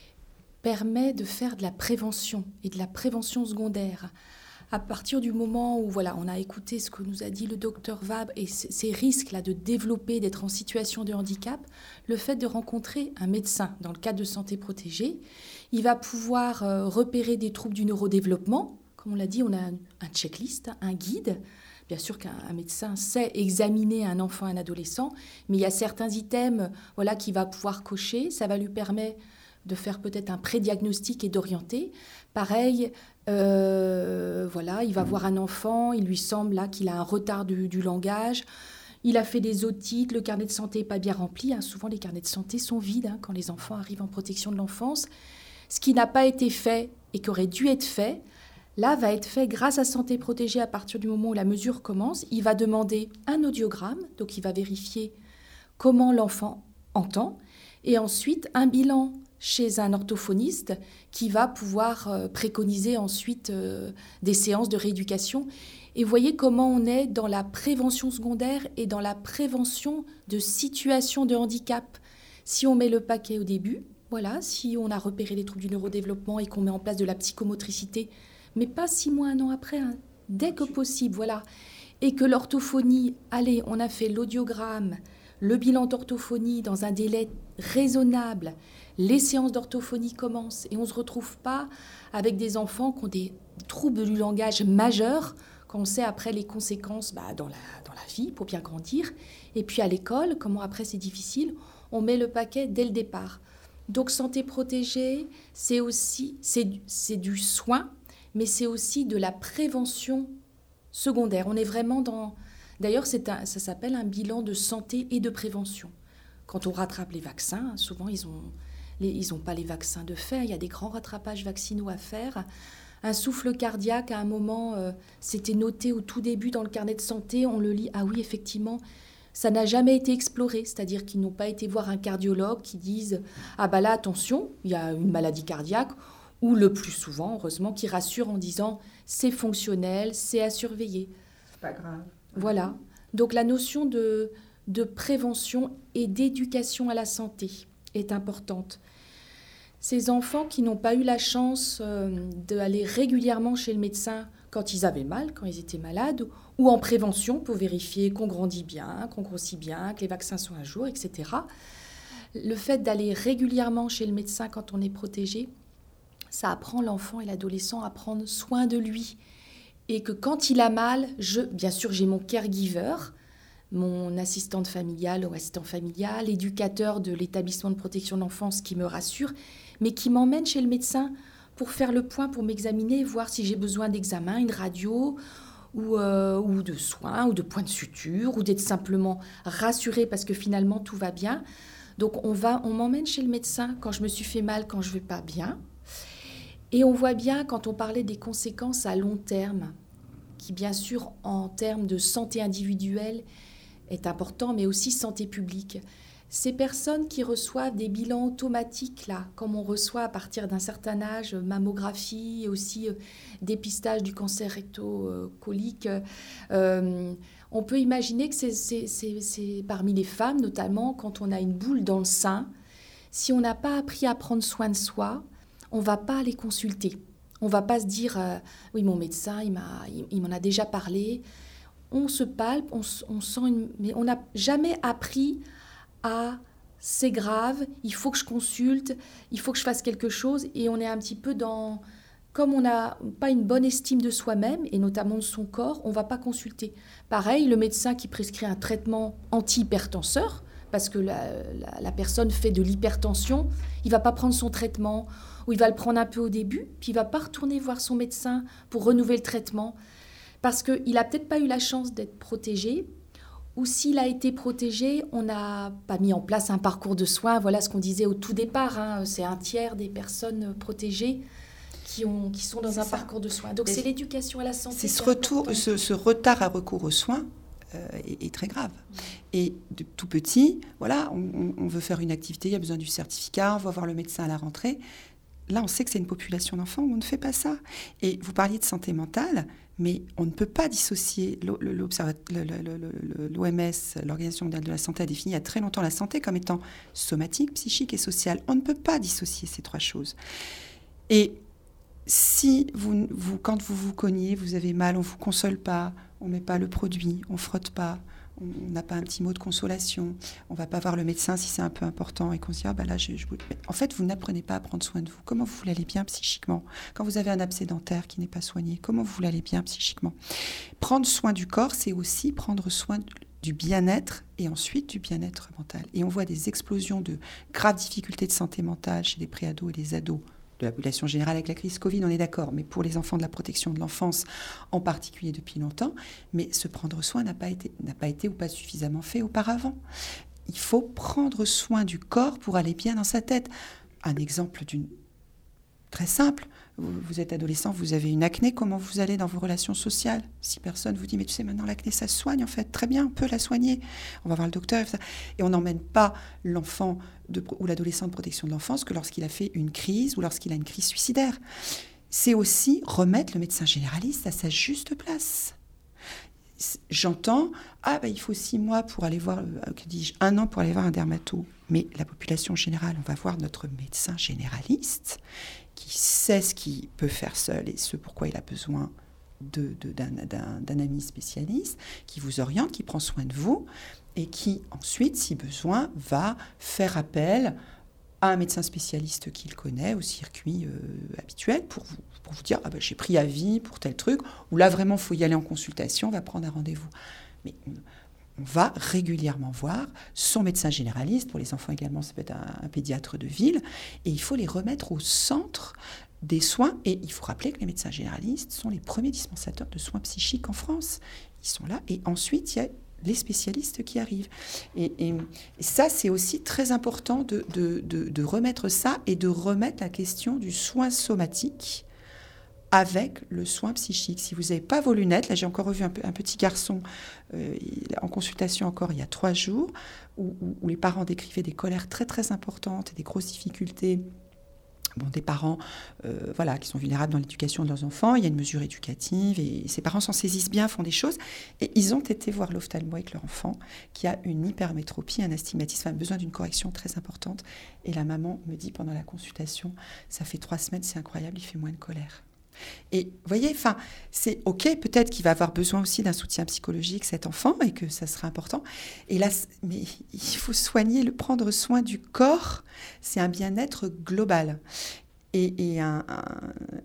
permet de faire de la prévention et de la prévention secondaire. À partir du moment où voilà, on a écouté ce que nous a dit le docteur Vabre et ces risques-là de développer, d'être en situation de handicap, le fait de rencontrer un médecin dans le cadre de Santé protégée, il va pouvoir euh, repérer des troubles du neurodéveloppement. Comme on l'a dit, on a un, un checklist, un guide. Bien sûr qu'un un médecin sait examiner un enfant, un adolescent, mais il y a certains items voilà, qu'il va pouvoir cocher. Ça va lui permettre de faire peut-être un pré-diagnostic et d'orienter. Pareil, euh, voilà, il va voir un enfant, il lui semble là qu'il a un retard du, du langage. Il a fait des otites, le carnet de santé n'est pas bien rempli. Hein. Souvent, les carnets de santé sont vides hein, quand les enfants arrivent en protection de l'enfance. Ce qui n'a pas été fait et qui aurait dû être fait, là, va être fait grâce à Santé protégée à partir du moment où la mesure commence. Il va demander un audiogramme, donc il va vérifier comment l'enfant entend, et ensuite un bilan chez un orthophoniste qui va pouvoir euh, préconiser ensuite euh, des séances de rééducation. Et vous voyez comment on est dans la prévention secondaire et dans la prévention de situations de handicap. Si on met le paquet au début, voilà, si on a repéré les troubles du neurodéveloppement et qu'on met en place de la psychomotricité, mais pas six mois, un an après, hein, dès que possible, voilà. Et que l'orthophonie, allez, on a fait l'audiogramme, le bilan d'orthophonie dans un délai raisonnable, les séances d'orthophonie commencent et on ne se retrouve pas avec des enfants qui ont des troubles du langage majeurs, quand on sait après les conséquences bah, dans, la, dans la vie pour bien grandir. Et puis à l'école, comment après c'est difficile, on met le paquet dès le départ. Donc santé protégée, c'est aussi c'est, c'est du soin, mais c'est aussi de la prévention secondaire. On est vraiment dans... D'ailleurs, c'est un, ça s'appelle un bilan de santé et de prévention. Quand on rattrape les vaccins, souvent ils ont, les, ils n'ont pas les vaccins de faire, il y a des grands rattrapages vaccinaux à faire. Un souffle cardiaque, à un moment, euh, c'était noté au tout début dans le carnet de santé, on le lit, ah oui, effectivement, ça n'a jamais été exploré, c'est-à-dire qu'ils n'ont pas été voir un cardiologue qui dise « Ah bah là, attention, il y a une maladie cardiaque », ou le plus souvent, heureusement, qui rassure en disant « C'est fonctionnel, c'est à surveiller ». C'est pas grave. Voilà. Donc la notion de, de prévention et d'éducation à la santé est importante. Ces enfants qui n'ont pas eu la chance euh, d'aller régulièrement chez le médecin quand ils avaient mal, quand ils étaient malades, ou en prévention pour vérifier qu'on grandit bien, qu'on grossit bien, que les vaccins sont à jour, et cetera. Le fait d'aller régulièrement chez le médecin quand on est protégé, ça apprend l'enfant et l'adolescent à prendre soin de lui. Et que quand il a mal, je, bien sûr, j'ai mon caregiver, mon assistante familiale ou assistant familial, l'éducateur de l'établissement de protection de l'enfance qui me rassure, mais qui m'emmène chez le médecin pour faire le point, pour m'examiner, voir si j'ai besoin d'examen, une radio, ou, euh, ou de soins, ou de points de suture, ou d'être simplement rassurée parce que finalement tout va bien. Donc on, va, on m'emmène chez le médecin quand je me suis fait mal, quand je ne vais pas bien. Et on voit bien, quand on parlait des conséquences à long terme, qui bien sûr en termes de santé individuelle est important, mais aussi santé publique. Ces personnes qui reçoivent des bilans automatiques, là, comme on reçoit à partir d'un certain âge, mammographie, et aussi euh, dépistage du cancer recto-colique, euh, on peut imaginer que c'est, c'est, c'est, c'est parmi les femmes, notamment quand on a une boule dans le sein, si on n'a pas appris à prendre soin de soi, on ne va pas aller consulter. On ne va pas se dire euh, « oui, mon médecin, il, m'a, il, il m'en a déjà parlé ». On se palpe, on, on sent une... Mais on n'a jamais appris à « c'est grave, il faut que je consulte, il faut que je fasse quelque chose ». Et on est un petit peu dans... Comme on n'a pas une bonne estime de soi-même, et notamment de son corps, on ne va pas consulter. Pareil, le médecin qui prescrit un traitement anti-hypertenseur, parce que la, la, la personne fait de l'hypertension, il ne va pas prendre son traitement, ou il va le prendre un peu au début, puis il ne va pas retourner voir son médecin pour renouveler le traitement, parce qu'il n'a peut-être pas eu la chance d'être protégé, ou s'il a été protégé, on n'a pas mis en place un parcours de soins. Voilà ce qu'on disait au tout départ, hein, c'est un tiers des personnes protégées qui, ont, qui sont dans c'est un ça. parcours de soins. Donc et c'est l'éducation à la santé. C'est ce, retour, ce, ce retard à recours aux soins euh, est, est très grave. Mmh. Et de tout petit, voilà, on, on veut faire une activité, il y a besoin du certificat, on va voir le médecin à la rentrée. Là, on sait que c'est une population d'enfants où on ne fait pas ça. Et vous parliez de santé mentale, mais on ne peut pas dissocier. L'O M S, l'Organisation mondiale de la santé, a défini il y a très longtemps la santé comme étant somatique, psychique et sociale. On ne peut pas dissocier ces trois choses. Et si vous, vous, quand vous vous cognez, vous avez mal, on ne vous console pas, on ne met pas le produit, on ne frotte pas, on n'a pas un petit mot de consolation, on ne va pas voir le médecin si c'est un peu important et qu'on se dit « ah ben là, je, je... » En fait, vous n'apprenez pas à prendre soin de vous. Comment vous voulez aller bien psychiquement ? Quand vous avez un abcès dentaire qui n'est pas soigné, comment vous voulez aller bien psychiquement ? Prendre soin du corps, c'est aussi prendre soin du bien-être et ensuite du bien-être mental. Et on voit des explosions de graves difficultés de santé mentale chez les préados et les ados, de la population générale avec la crise Covid, on est d'accord, mais pour les enfants de la protection de l'enfance, en particulier depuis longtemps, mais se prendre soin n'a pas été, n'a pas été ou pas suffisamment fait auparavant. Il faut prendre soin du corps pour aller bien dans sa tête. Un exemple d'une... très simple, vous, vous êtes adolescent, vous avez une acné, comment vous allez dans vos relations sociales? Si personne vous dit, mais tu sais, maintenant l'acné, ça se soigne en fait, très bien, on peut la soigner, on va voir le docteur, et on n'emmène pas l'enfant de, ou l'adolescent de protection de l'enfance que lorsqu'il a fait une crise ou lorsqu'il a une crise suicidaire. C'est aussi remettre le médecin généraliste à sa juste place. J'entends, ah ben il faut six mois pour aller voir, euh, que dis-je, un an pour aller voir un dermato. Mais la population générale, on va voir notre médecin généraliste qui sait ce qu'il peut faire seul et ce pourquoi il a besoin de, de, d'un, d'un, d'un ami spécialiste, qui vous oriente, qui prend soin de vous et qui ensuite, si besoin, va faire appel à un médecin spécialiste qu'il connaît au circuit euh, habituel pour vous, pour vous dire « ah ben, j'ai pris avis pour tel truc » ou là vraiment il faut y aller en consultation, on va prendre un rendez-vous. Mais on va régulièrement voir son médecin généraliste, pour les enfants également ça peut être un, un pédiatre de ville, et il faut les remettre au centre des soins. Et il faut rappeler que les médecins généralistes sont les premiers dispensateurs de soins psychiques en France. Ils sont là et ensuite il y a les spécialistes qui arrivent. Et, et, et ça, c'est aussi très important de, de, de, de remettre ça et de remettre la question du soin somatique avec le soin psychique. Si vous n'avez pas vos lunettes, là j'ai encore revu un, un petit garçon euh, en consultation encore il y a trois jours, où, où, où les parents décrivaient des colères très très importantes et des grosses difficultés. Bon, des parents euh, voilà, qui sont vulnérables dans l'éducation de leurs enfants, il y a une mesure éducative et ces parents s'en saisissent bien, font des choses. Et ils ont été voir l'ophtalmo avec leur enfant qui a une hypermétropie, un astigmatisme, a besoin d'une correction très importante. Et la maman me dit pendant la consultation, ça fait trois semaines, c'est incroyable, il fait moins de colère. Et vous voyez, enfin, c'est OK, peut-être qu'il va avoir besoin aussi d'un soutien psychologique, cet enfant, et que ça sera important. Et là, mais il faut soigner, le prendre soin du corps, c'est un bien-être global. Et, et un, un,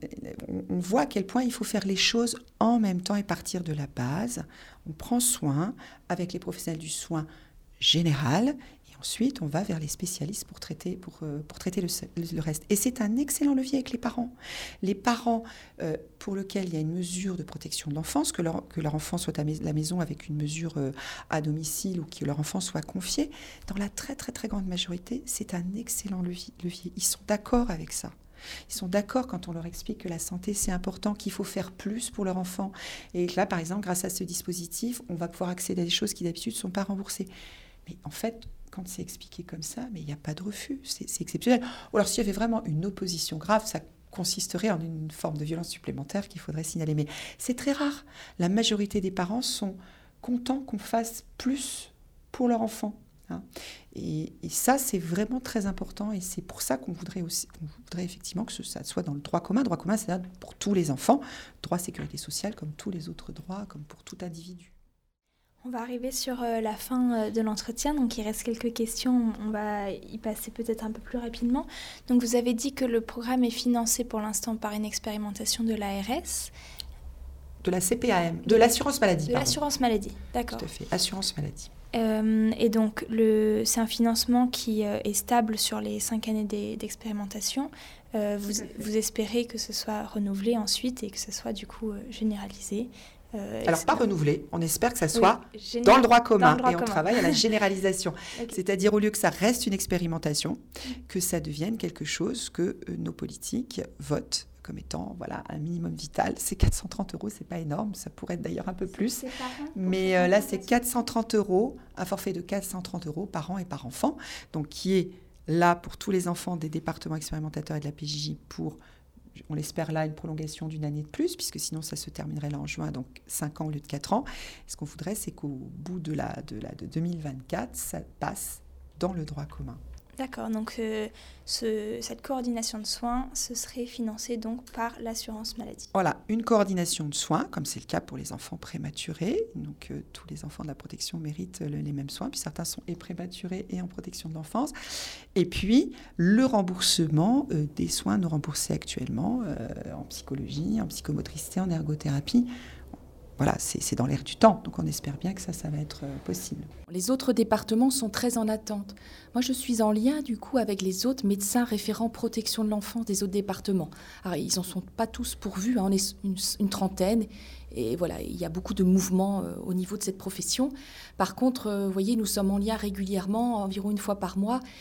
on voit à quel point il faut faire les choses en même temps et partir de la base. On prend soin avec les professionnels du soin général. Ensuite, on va vers les spécialistes pour traiter, pour, euh, pour traiter le, le reste. Et c'est un excellent levier avec les parents. Les parents euh, pour lesquels il y a une mesure de protection de l'enfance, que leur, que leur enfant soit à la maison avec une mesure euh, à domicile ou que leur enfant soit confié, dans la très très très grande majorité, c'est un excellent levier. Ils sont d'accord avec ça. Ils sont d'accord quand on leur explique que la santé, c'est important, qu'il faut faire plus pour leur enfant. Et que là, par exemple, grâce à ce dispositif, on va pouvoir accéder à des choses qui d'habitude ne sont pas remboursées. Mais en fait, quand c'est expliqué comme ça, mais il n'y a pas de refus, c'est, c'est exceptionnel. Ou alors s'il y avait vraiment une opposition grave, ça consisterait en une forme de violence supplémentaire qu'il faudrait signaler. Mais c'est très rare. La majorité des parents sont contents qu'on fasse plus pour leur enfant. Hein. Et, et ça, c'est vraiment très important. Et c'est pour ça qu'on voudrait, aussi, qu'on voudrait effectivement que ça soit dans le droit commun. Le droit commun, c'est là pour tous les enfants. Droit sécurité sociale, comme tous les autres droits, comme pour tout individu. On va arriver sur euh, la fin euh, de l'entretien, donc il reste quelques questions, on va y passer peut-être un peu plus rapidement. Donc vous avez dit que le programme est financé pour l'instant par une expérimentation de l'A R S. De la C P A M, de l'assurance maladie. De pardon. l'assurance maladie, d'accord. Tout à fait, assurance maladie. Euh, et donc le, c'est un financement qui euh, est stable sur les cinq années des, d'expérimentation. Euh, vous, vous espérez que ce soit renouvelé ensuite et que ce soit du coup euh, généralisé. Euh, Alors, pas que... renouvelé, on espère que ça soit oui, géné... dans le droit commun le droit et on commun. travaille à la généralisation. Okay. C'est-à-dire, au lieu que ça reste une expérimentation, que ça devienne quelque chose que euh, nos politiques votent comme étant voilà, un minimum vital. C'est quatre cent trente euros, c'est pas énorme, ça pourrait être d'ailleurs un peu plus. C'est par an, mais euh, là, c'est quatre cent trente euros, un forfait de quatre cent trente euros par an et par enfant, donc qui est là pour tous les enfants des départements expérimentateurs et de la P J J pour... On l'espère là, une prolongation d'une année de plus, puisque sinon ça se terminerait là en juin, donc cinq ans au lieu de quatre ans. Et ce qu'on voudrait, c'est qu'au bout de, la, de, la, de deux mille vingt-quatre, ça passe dans le droit commun. D'accord, donc euh, ce, cette coordination de soins, ce serait financé donc par l'assurance maladie. Voilà, une coordination de soins, comme c'est le cas pour les enfants prématurés. Donc euh, tous les enfants de la protection méritent le, les mêmes soins, puis certains sont et prématurés et en protection de l'enfance. Et puis le remboursement euh, des soins non remboursés actuellement euh, en psychologie, en psychomotricité, en ergothérapie. Voilà, c'est, c'est dans l'air du temps, donc on espère bien que ça, ça va être euh, possible. Les autres départements sont très en attente. Moi, je suis en lien, du coup, avec les autres médecins référents protection de l'enfance des autres départements. Alors, ils n'en sont pas tous pourvus, hein, on est une, une trentaine, et voilà, il y a beaucoup de mouvements euh, au niveau de cette profession. Par contre, euh, vous voyez, nous sommes en lien régulièrement, environ une fois par mois.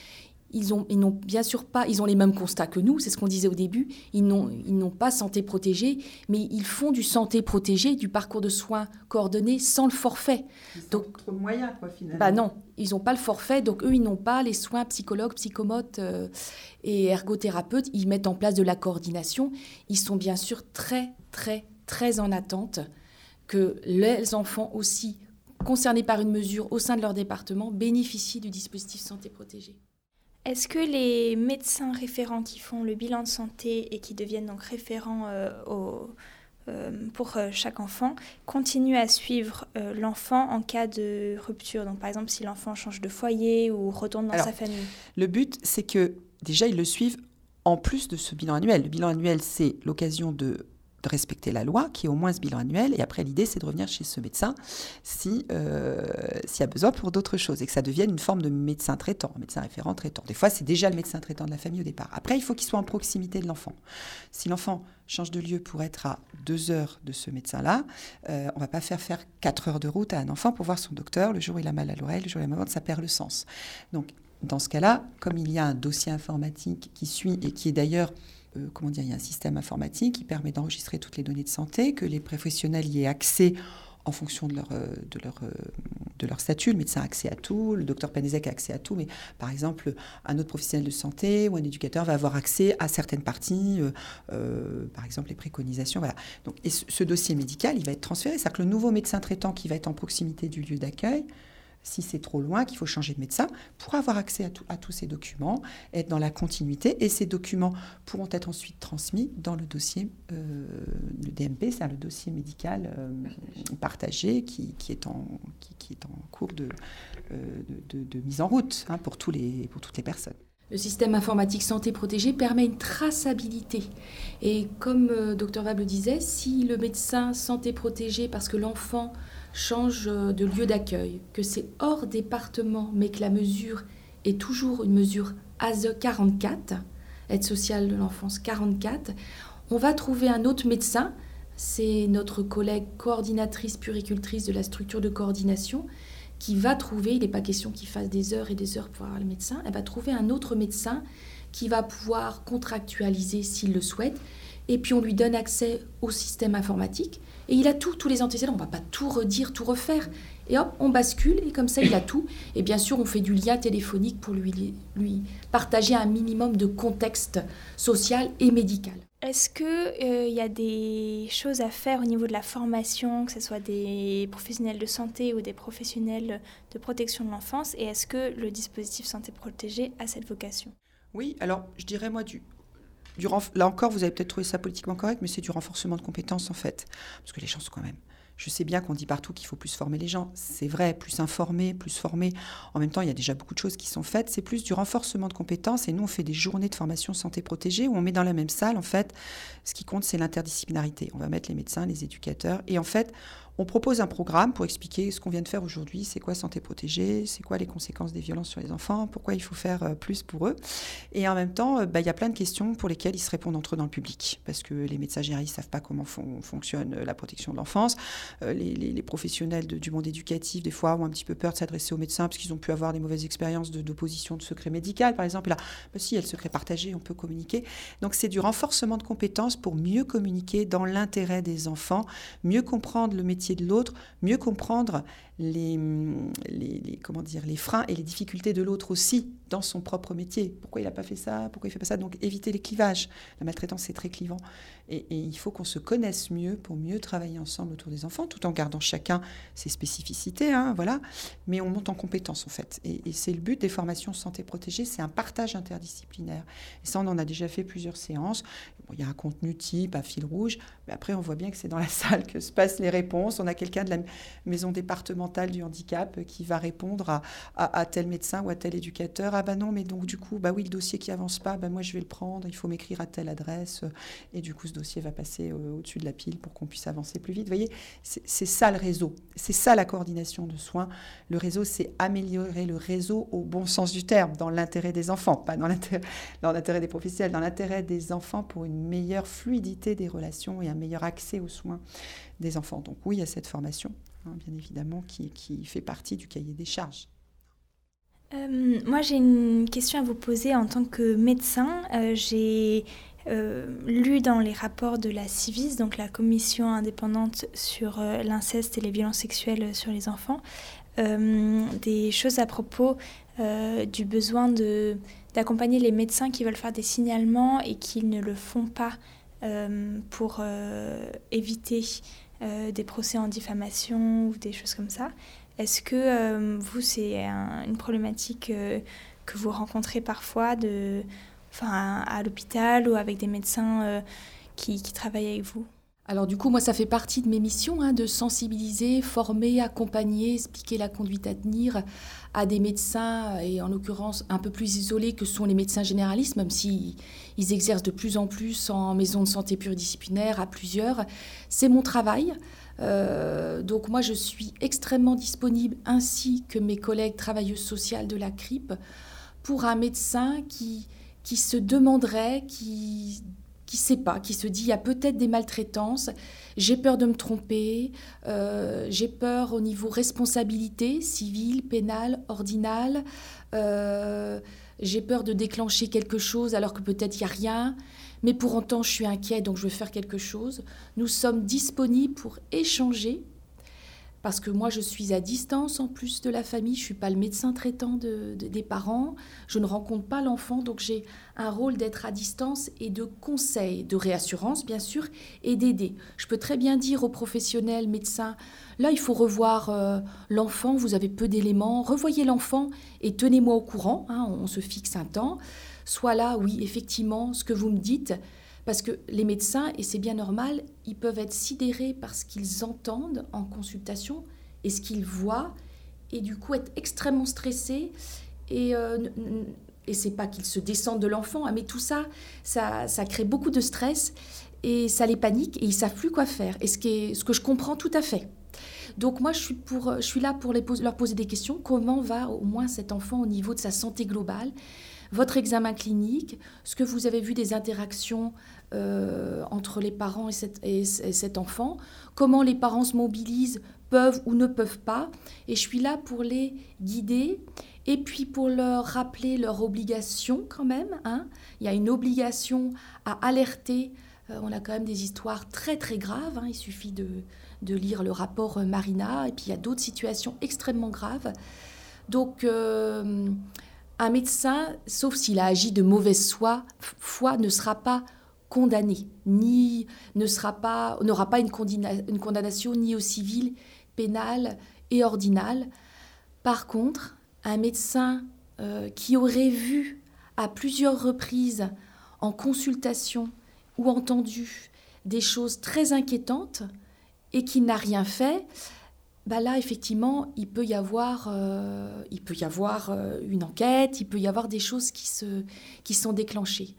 Ils ont, ils n'ont bien sûr pas, ils ont les mêmes constats que nous, c'est ce qu'on disait au début. Ils n'ont, ils n'ont pas santé protégée, mais ils font du santé protégée, du parcours de soins coordonné sans le forfait. Ils donc, trop de moyens, quoi, finalement. Bah non, ils n'ont pas le forfait, donc eux, ils n'ont pas les soins psychologues, psychomotes euh, et ergothérapeutes. Ils mettent en place de la coordination. Ils sont bien sûr très, très, très en attente que les enfants aussi concernés par une mesure au sein de leur département bénéficient du dispositif santé protégée. Est-ce que les médecins référents qui font le bilan de santé et qui deviennent donc référents euh, au, euh, pour euh, chaque enfant continuent à suivre euh, l'enfant en cas de rupture? Donc par exemple si l'enfant change de foyer ou retourne dans Alors, sa famille. Le but, c'est que déjà, ils le suivent en plus de ce bilan annuel. Le bilan annuel, c'est l'occasion de... de respecter la loi, qui est au moins ce bilan annuel. Et après, l'idée, c'est de revenir chez ce médecin si, euh, s'il y a besoin pour d'autres choses et que ça devienne une forme de médecin traitant, médecin référent traitant. Des fois, c'est déjà le médecin traitant de la famille au départ. Après, il faut qu'il soit en proximité de l'enfant. Si l'enfant change de lieu pour être à deux heures de ce médecin-là, euh, on ne va pas faire faire quatre heures de route à un enfant pour voir son docteur. Le jour où il a mal à l'oreille, le jour où il a mal au ventre, ça perd le sens. Donc, dans ce cas-là, comme il y a un dossier informatique qui suit et qui est d'ailleurs Euh, comment dire, il y a un système informatique qui permet d'enregistrer toutes les données de santé, que les professionnels y aient accès en fonction de leur, euh, de leur, euh, de leur statut. Le médecin a accès à tout, le docteur Pénézec a accès à tout, mais par exemple, un autre professionnel de santé ou un éducateur va avoir accès à certaines parties, euh, euh, par exemple les préconisations. Voilà. Donc, et ce, ce dossier médical, il va être transféré. C'est-à-dire que le nouveau médecin traitant qui va être en proximité du lieu d'accueil, si c'est trop loin, qu'il faut changer de médecin, pourra avoir accès à, tout, à tous ces documents, être dans la continuité, et ces documents pourront être ensuite transmis dans le dossier, euh, le D M P, c'est le dossier médical euh, partagé qui, qui, est en, qui, qui est en cours de, euh, de, de, de mise en route hein, pour, tous les, pour toutes les personnes. Le système informatique santé protégée permet une traçabilité. Et comme euh, docteur Vabre le disait, si le médecin santé protégée, parce que l'enfant change de lieu d'accueil, que c'est hors département, mais que la mesure est toujours une mesure A S E quarante-quatre, aide sociale de l'enfance quarante-quatre, on va trouver un autre médecin, c'est notre collègue coordinatrice puricultrice de la structure de coordination, qui va trouver, il n'est pas question qu'il fasse des heures et des heures pour avoir le médecin, elle va trouver un autre médecin qui va pouvoir contractualiser s'il le souhaite, et puis on lui donne accès au système informatique, et il a tout, tous les antécédents, on ne va pas tout redire, tout refaire, et hop, on bascule, et comme ça il a tout, et bien sûr on fait du lien téléphonique pour lui, lui partager un minimum de contexte social et médical. Est-ce qu'il euh, y a des choses à faire au niveau de la formation, que ce soit des professionnels de santé ou des professionnels de protection de l'enfance, et est-ce que le dispositif santé protégée a cette vocation? Oui, alors je dirais moi du... Du renf- là encore, vous avez peut-être trouvé ça politiquement correct, mais c'est du renforcement de compétences en fait. Parce que les gens sont quand même... Je sais bien qu'on dit partout qu'il faut plus former les gens. C'est vrai, plus informer, plus former. En même temps, il y a déjà beaucoup de choses qui sont faites. C'est plus du renforcement de compétences. Et nous, on fait des journées de formation santé protégée où on met dans la même salle, en fait, ce qui compte, c'est l'interdisciplinarité. On va mettre les médecins, les éducateurs. Et en fait, on propose un programme pour expliquer ce qu'on vient de faire aujourd'hui, c'est quoi santé protégée, c'est quoi les conséquences des violences sur les enfants, pourquoi il faut faire plus pour eux. Et en même temps, bah, y a plein de questions pour lesquelles ils se répondent entre eux dans le public, parce que les médecins généralistes ne savent pas comment fon- fonctionne la protection de l'enfance. Euh, les, les, les professionnels de, du monde éducatif, des fois, ont un petit peu peur de s'adresser aux médecins parce qu'ils ont pu avoir des mauvaises expériences de, d'opposition de secret médical, par exemple. Et là, bah, si, il y a le secret partagé, on peut communiquer. Donc, c'est du renforcement de compétences pour mieux communiquer dans l'intérêt des enfants, mieux comprendre le métier de l'autre, mieux comprendre les, les, les, comment dire, les freins et les difficultés de l'autre aussi dans son propre métier. Pourquoi il n'a pas fait ça? Pourquoi il ne fait pas ça? Donc éviter les clivages. La maltraitance, c'est très clivant. Et, et il faut qu'on se connaisse mieux pour mieux travailler ensemble autour des enfants, tout en gardant chacun ses spécificités, hein, voilà. Mais on monte en compétences, en fait. Et, et c'est le but des formations santé protégée, c'est un partage interdisciplinaire. Et ça, on en a déjà fait plusieurs séances. Bon, il y a un contenu type, un fil rouge, mais après, on voit bien que c'est dans la salle que se passent les réponses. On a quelqu'un de la maison départementale du handicap qui va répondre à, à, à tel médecin ou à tel éducateur. Ah ben non, mais donc du coup, bah oui, le dossier qui avance pas, ben moi je vais le prendre, il faut m'écrire à telle adresse. Et du coup, ce dossier va passer euh, au-dessus de la pile pour qu'on puisse avancer plus vite. Vous voyez, c'est, c'est ça le réseau. C'est ça la coordination de soins. Le réseau, c'est améliorer le réseau au bon sens du terme, dans l'intérêt des enfants, pas dans l'intérêt, dans l'intérêt des professionnels, dans l'intérêt des enfants pour une meilleure fluidité des relations et un meilleur accès aux soins des enfants. Donc oui, il y a cette formation, hein, bien évidemment, qui, qui fait partie du cahier des charges. Euh, moi, j'ai une question à vous poser en tant que médecin. Euh, j'ai euh, lu dans les rapports de la CIVIS, donc la commission indépendante sur euh, l'inceste et les violences sexuelles sur les enfants, euh, des choses à propos euh, du besoin de, d'accompagner les médecins qui veulent faire des signalements et qui ne le font pas euh, pour euh, éviter euh, des procès en diffamation ou des choses comme ça. Est-ce que euh, vous, c'est un, une problématique euh, que vous rencontrez parfois de, enfin, à, à l'hôpital ou avec des médecins euh, qui, qui travaillent avec vous ? Alors du coup, moi, ça fait partie de mes missions, hein, de sensibiliser, former, accompagner, expliquer la conduite à tenir à des médecins, et en l'occurrence un peu plus isolés que sont les médecins généralistes, même s'ils ils exercent de plus en plus en maison de santé pluridisciplinaire à plusieurs. C'est mon travail. Euh, donc moi, je suis extrêmement disponible, ainsi que mes collègues travailleuses sociales de la C R I P, pour un médecin qui, qui se demanderait, qui qui ne sait pas, qui se dit il y a peut-être des maltraitances, j'ai peur de me tromper, euh, j'ai peur au niveau responsabilité civile, pénale, ordinale, euh, j'ai peur de déclencher quelque chose alors que peut-être il n'y a rien, mais pour autant je suis inquiète donc je veux faire quelque chose. Nous sommes disponibles pour échanger, parce que moi je suis à distance en plus de la famille, je ne suis pas le médecin traitant de, de, des parents, je ne rencontre pas l'enfant, donc j'ai un rôle d'être à distance et de conseil, de réassurance bien sûr, et d'aider. Je peux très bien dire aux professionnels, médecins, là il faut revoir euh, l'enfant, vous avez peu d'éléments, revoyez l'enfant et tenez-moi au courant, hein, on, on se fixe un temps. Soit là, oui, effectivement, ce que vous me dites, parce que les médecins, et c'est bien normal, ils peuvent être sidérés par ce qu'ils entendent en consultation et ce qu'ils voient, et du coup être extrêmement stressés. Et, euh, et c'est pas qu'ils se descendent de l'enfant, hein, mais tout ça, ça, ça crée beaucoup de stress et ça les panique et ils savent plus quoi faire. Et ce, qui est, ce que je comprends tout à fait. Donc moi, je suis, pour, je suis là pour les pos- leur poser des questions. Comment va au moins cet enfant au niveau de sa santé globale ? Votre examen clinique, ce que vous avez vu des interactions euh, entre les parents et, cette, et, et cet enfant, comment les parents se mobilisent, peuvent ou ne peuvent pas. Et je suis là pour les guider et puis pour leur rappeler leur obligation quand même. Hein. Il y a une obligation à alerter. Euh, on a quand même des histoires très très graves. Hein. Il suffit de, de lire le rapport Marina. Et puis il y a d'autres situations extrêmement graves. Donc... Euh, Un médecin, sauf s'il a agi de mauvaise foi, foi ne sera pas condamné, ni ne sera pas, n'aura pas une, condamna- une condamnation ni au civil, pénal et ordinal. Par contre, un médecin euh, qui aurait vu à plusieurs reprises en consultation ou entendu des choses très inquiétantes et qui n'a rien fait, bah là, effectivement, il peut y avoir, euh, il peut y avoir euh, une enquête, il peut y avoir des choses qui, se, qui sont déclenchées.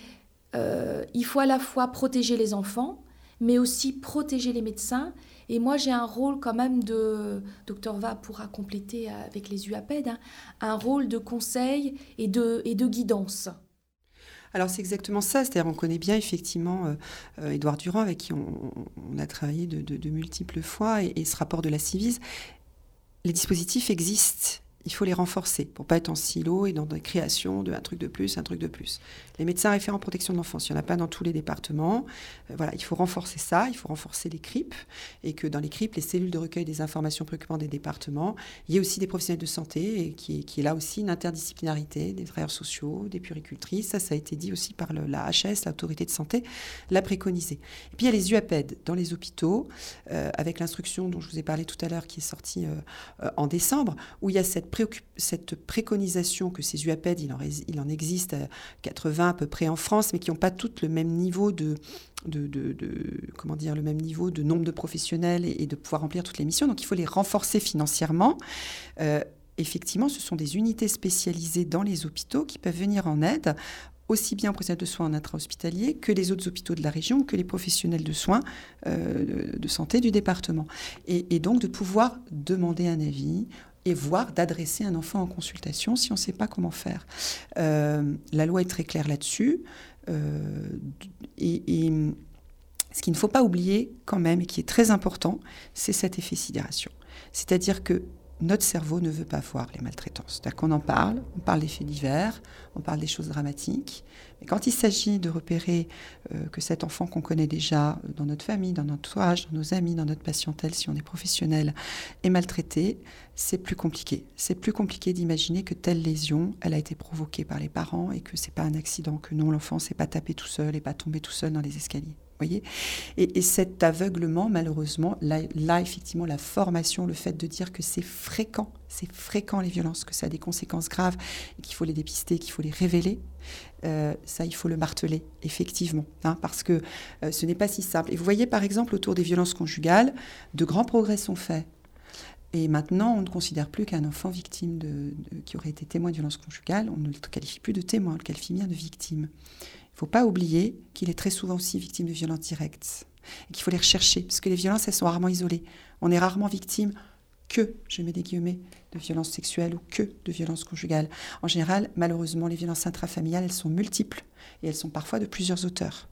Euh, il faut à la fois protéger les enfants, mais aussi protéger les médecins. Et moi, j'ai un rôle quand même de... Docteur Va pourra compléter avec les U A P E D, hein, un rôle de conseil et de, et de guidance. Alors c'est exactement ça, c'est-à-dire on connaît bien effectivement euh, euh, Édouard Durand avec qui on, on a travaillé de, de, de multiples fois et, et ce rapport de la CIVIS. Les dispositifs existent, il faut les renforcer pour ne pas être en silo et dans des créations de un truc de plus, un truc de plus. Les médecins référents en protection de l'enfance, il n'y en a pas dans tous les départements. Euh, voilà, il faut renforcer ça, il faut renforcer les C R I P et que dans les C R I P, les cellules de recueil des informations préoccupantes des départements, il y ait aussi des professionnels de santé et qui est, qui est là aussi une interdisciplinarité, des travailleurs sociaux, des puéricultrices. Ça, ça a été dit aussi par le, la H S, l'autorité de santé, l'a préconisé. Et puis il y a les U A P E D dans les hôpitaux, euh, avec l'instruction dont je vous ai parlé tout à l'heure qui est sortie euh, euh, en décembre, où il y a cette Préoccup- cette préconisation que ces U A P E D, il en, rés- il en existe quatre-vingts à peu près en France, mais qui n'ont pas toutes le même niveau de, de, de, de, comment dire, le même niveau de nombre de professionnels et, et de pouvoir remplir toutes les missions. Donc il faut les renforcer financièrement. Euh, effectivement, ce sont des unités spécialisées dans les hôpitaux qui peuvent venir en aide aussi bien aux professionnels de soins en intra-hospitalier que les autres hôpitaux de la région, que les professionnels de soins euh, de, de santé du département. Et, et donc de pouvoir demander un avis et voire d'adresser un enfant en consultation si on ne sait pas comment faire. Euh, la loi est très claire là-dessus. Euh, et, et ce qu'il ne faut pas oublier quand même, et qui est très important, c'est cet effet sidération. C'est-à-dire que notre cerveau ne veut pas voir les maltraitances. C'est-à-dire qu'on en parle, on parle des faits divers, on parle des choses dramatiques. Mais quand il s'agit de repérer euh, que cet enfant qu'on connaît déjà dans notre famille, dans notre entourage, dans nos amis, dans notre patientèle, si on est professionnel, est maltraité, c'est plus compliqué. C'est plus compliqué d'imaginer que telle lésion, elle a été provoquée par les parents et que c'est pas un accident, que non, l'enfant s'est pas tapé tout seul et pas tombé tout seul dans les escaliers. Voyez, et, et cet aveuglement, malheureusement, là, là, effectivement, la formation, le fait de dire que c'est fréquent, c'est fréquent les violences, que ça a des conséquences graves, et qu'il faut les dépister, qu'il faut les révéler, euh, ça, il faut le marteler, effectivement, hein, parce que euh, ce n'est pas si simple. Et vous voyez, par exemple, autour des violences conjugales, de grands progrès sont faits. Et maintenant, on ne considère plus qu'un enfant victime de, de, qui aurait été témoin de violence conjugale, on ne le qualifie plus de témoin, on le qualifie bien de victime. Il ne faut pas oublier qu'il est très souvent aussi victime de violences directes et qu'il faut les rechercher, parce que les violences, elles sont rarement isolées. On est rarement victime que, je mets des guillemets, de violences sexuelles ou que de violences conjugales. En général, malheureusement, les violences intrafamiliales, elles sont multiples et elles sont parfois de plusieurs auteurs.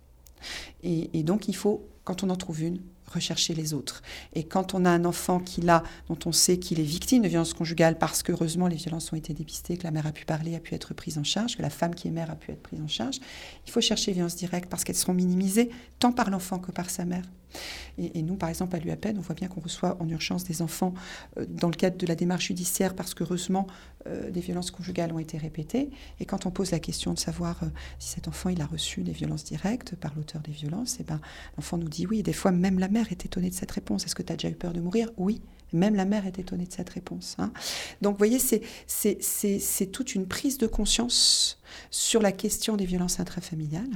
Et, et donc, il faut, quand on en trouve une, rechercher les autres. Et quand on a un enfant qui l'a, dont on sait qu'il est victime de violences conjugales parce que, heureusement, les violences ont été dépistées, que la mère a pu parler, a pu être prise en charge, que la femme qui est mère a pu être prise en charge, il faut chercher les violences directes parce qu'elles seront minimisées tant par l'enfant que par sa mère. Et, et nous, par exemple, à l'U A P N, on voit bien qu'on reçoit en urgence des enfants euh, dans le cadre de la démarche judiciaire parce qu'heureusement, euh, des violences conjugales ont été répétées. Et quand on pose la question de savoir euh, si cet enfant il a reçu des violences directes par l'auteur des violences, eh ben, l'enfant nous dit oui. Et des fois, même la mère est étonnée de cette réponse. Est-ce que tu as déjà eu peur de mourir ? Oui. Même la mère est étonnée de cette réponse. Hein. Donc, vous voyez, c'est, c'est, c'est, c'est toute une prise de conscience sur la question des violences intrafamiliales.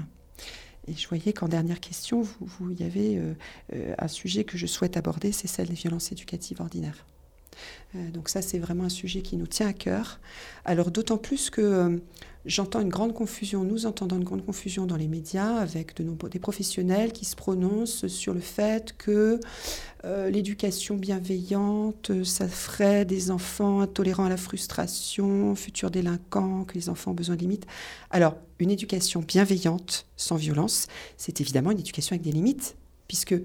Et je voyais qu'en dernière question, vous, vous, il y avait euh, euh, un sujet que je souhaite aborder, c'est celle des violences éducatives ordinaires. Euh, donc ça, c'est vraiment un sujet qui nous tient à cœur. Alors d'autant plus que euh, j'entends une grande confusion, nous entendons une grande confusion dans les médias avec de nombreux, des professionnels qui se prononcent sur le fait que euh, l'éducation bienveillante, ça ferait des enfants intolérants à la frustration, futurs délinquants, que les enfants ont besoin de limites. Alors, une éducation bienveillante, sans violence, c'est évidemment une éducation avec des limites, puisque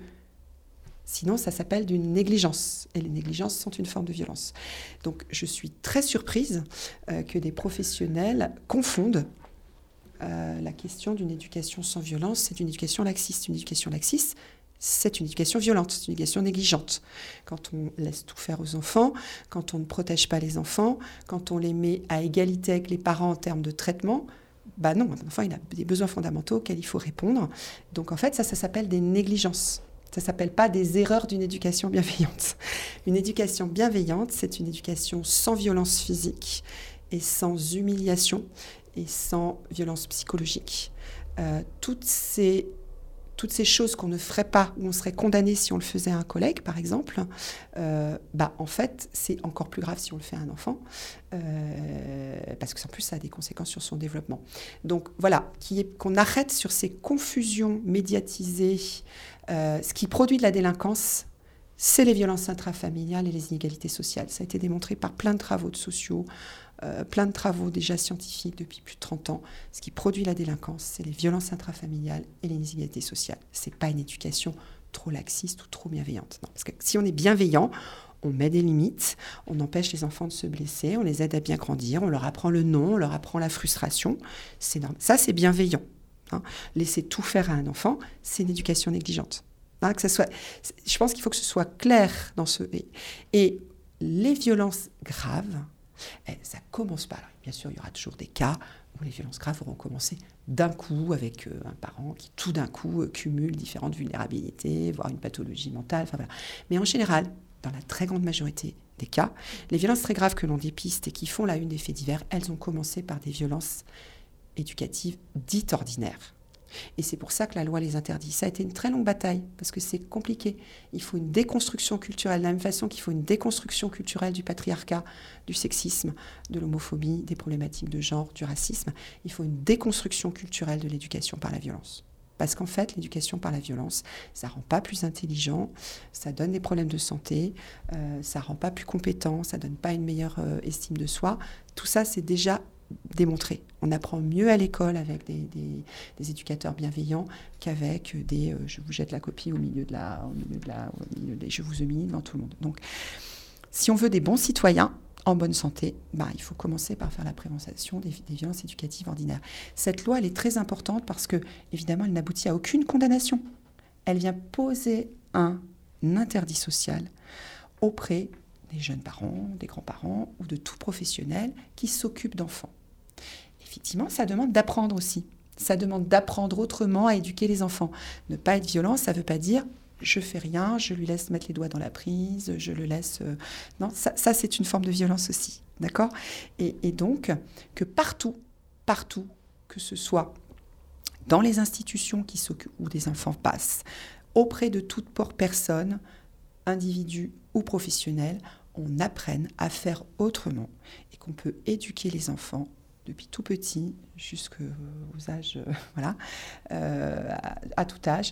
sinon, ça s'appelle d'une négligence. Et les négligences sont une forme de violence. Donc, je suis très surprise euh, que des professionnels confondent euh, la question d'une éducation sans violence. C'est une éducation laxiste. Une éducation laxiste, c'est une éducation violente, c'est une éducation négligente. Quand on laisse tout faire aux enfants, quand on ne protège pas les enfants, quand on les met à égalité avec les parents en termes de traitement, bah non, un enfant, il a des besoins fondamentaux auxquels il faut répondre. Donc, en fait, ça, ça s'appelle des négligences. Ça ne s'appelle pas des erreurs d'une éducation bienveillante. Une éducation bienveillante, c'est une éducation sans violence physique et sans humiliation et sans violence psychologique. Euh, toutes ces, toutes ces choses qu'on ne ferait pas, ou on serait condamné si on le faisait à un collègue, par exemple, euh, bah, en fait, c'est encore plus grave si on le fait à un enfant, euh, parce que en plus, ça a des conséquences sur son développement. Donc voilà, qui est, qu'on arrête sur ces confusions médiatisées. Euh, ce qui produit de la délinquance, c'est les violences intrafamiliales et les inégalités sociales. Ça a été démontré par plein de travaux de sociaux, euh, plein de travaux déjà scientifiques depuis plus de trente ans. Ce qui produit la délinquance, c'est les violences intrafamiliales et les inégalités sociales. Ce n'est pas une éducation trop laxiste ou trop bienveillante. Non, parce que si on est bienveillant, on met des limites, on empêche les enfants de se blesser, on les aide à bien grandir, on leur apprend le non, on leur apprend la frustration. C'est normal. Ça, c'est bienveillant. Hein. Laisser tout faire à un enfant, c'est une éducation négligente. Hein, que ça soit, je pense qu'il faut que ce soit clair dans ce... Et, et les violences graves, eh, ça commence pas. Alors, bien sûr, il y aura toujours des cas où les violences graves auront commencé d'un coup avec euh, un parent qui tout d'un coup euh, cumule différentes vulnérabilités, voire une pathologie mentale. Enfin, voilà. Mais en général, dans la très grande majorité des cas, les violences très graves que l'on dépiste et qui font la une des faits divers, elles ont commencé par des violences éducatives dites ordinaires. Et c'est pour ça que la loi les interdit. Ça a été une très longue bataille, parce que c'est compliqué. Il faut une déconstruction culturelle, de la même façon qu'il faut une déconstruction culturelle du patriarcat, du sexisme, de l'homophobie, des problématiques de genre, du racisme. Il faut une déconstruction culturelle de l'éducation par la violence. Parce qu'en fait, l'éducation par la violence, ça ne rend pas plus intelligent, ça donne des problèmes de santé, euh, ça ne rend pas plus compétent, ça ne donne pas une meilleure euh, estime de soi. Tout ça, c'est déjà démontré. On apprend mieux à l'école avec des, des, des éducateurs bienveillants qu'avec des euh, je vous jette la copie au milieu de la, au milieu de la, au milieu des je vous humilie devant tout le monde. Donc si on veut des bons citoyens en bonne santé, bah, il faut commencer par faire la prévention des, des violences éducatives ordinaires. Cette loi, elle est très importante parce que, évidemment, elle n'aboutit à aucune condamnation. Elle vient poser un interdit social auprès des jeunes parents, des grands-parents ou de tout professionnel qui s'occupe d'enfants. Effectivement, ça demande d'apprendre aussi. Ça demande d'apprendre autrement à éduquer les enfants. Ne pas être violent, ça ne veut pas dire je fais rien, je lui laisse mettre les doigts dans la prise, je le laisse... Euh... Non, ça, ça, c'est une forme de violence aussi, d'accord ? et, et donc, que partout, partout, que ce soit dans les institutions qui s'occupent, où des enfants passent, auprès de toute personne, individu ou professionnel, on apprenne à faire autrement et qu'on peut éduquer les enfants depuis tout petit jusqu'aux âges, euh, voilà, euh, à, à tout âge,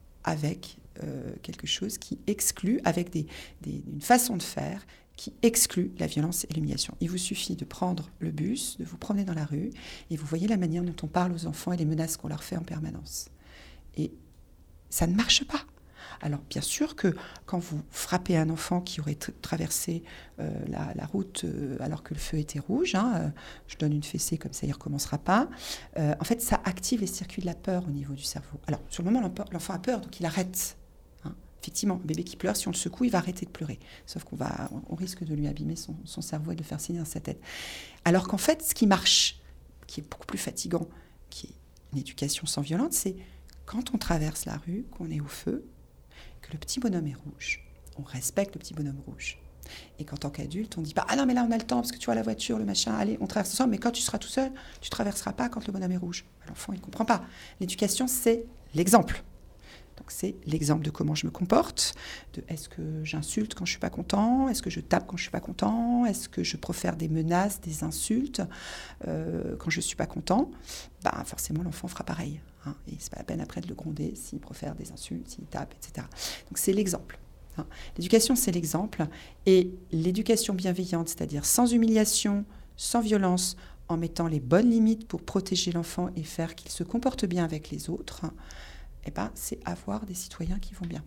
avec euh, quelque chose qui exclut, avec des, des, une façon de faire qui exclut la violence et l'humiliation. Il vous suffit de prendre le bus, de vous promener dans la rue, et vous voyez la manière dont on parle aux enfants et les menaces qu'on leur fait en permanence. Et ça ne marche pas. Alors, bien sûr que quand vous frappez un enfant qui aurait t- traversé euh, la, la route euh, alors que le feu était rouge, hein, euh, je donne une fessée comme ça, il ne recommencera pas, euh, en fait, ça active les circuits de la peur au niveau du cerveau. Alors, sur le moment, l'enfant a peur, donc il arrête. Hein. Effectivement, un bébé qui pleure, si on le secoue, il va arrêter de pleurer. Sauf qu'on va, on risque de lui abîmer son, son cerveau et de le faire saigner dans sa tête. Alors qu'en fait, ce qui marche, qui est beaucoup plus fatigant, qui est une éducation sans violence, c'est quand on traverse la rue, qu'on est au feu, que le petit bonhomme est rouge, on respecte le petit bonhomme rouge. Et qu'en tant qu'adulte, on ne dit pas « Ah non, mais là, on a le temps, parce que tu vois la voiture, le machin, allez, on traverse ensemble, mais quand tu seras tout seul, tu ne traverseras pas quand le bonhomme est rouge. » L'enfant, il ne comprend pas. L'éducation, c'est l'exemple. Donc, c'est l'exemple de comment je me comporte, de est-ce que j'insulte quand je ne suis pas content, est-ce que je tape quand je ne suis pas content, est-ce que je profère des menaces, des insultes euh, quand je ne suis pas content. Ben, forcément, l'enfant fera pareil. Hein, et ce n'est pas la peine après de le gronder s'il profère des insultes, s'il tape, et cetera. Donc, c'est l'exemple. Hein. L'éducation, c'est l'exemple. Et l'éducation bienveillante, c'est-à-dire sans humiliation, sans violence, en mettant les bonnes limites pour protéger l'enfant et faire qu'il se comporte bien avec les autres, eh ben, c'est avoir des citoyens qui vont bien.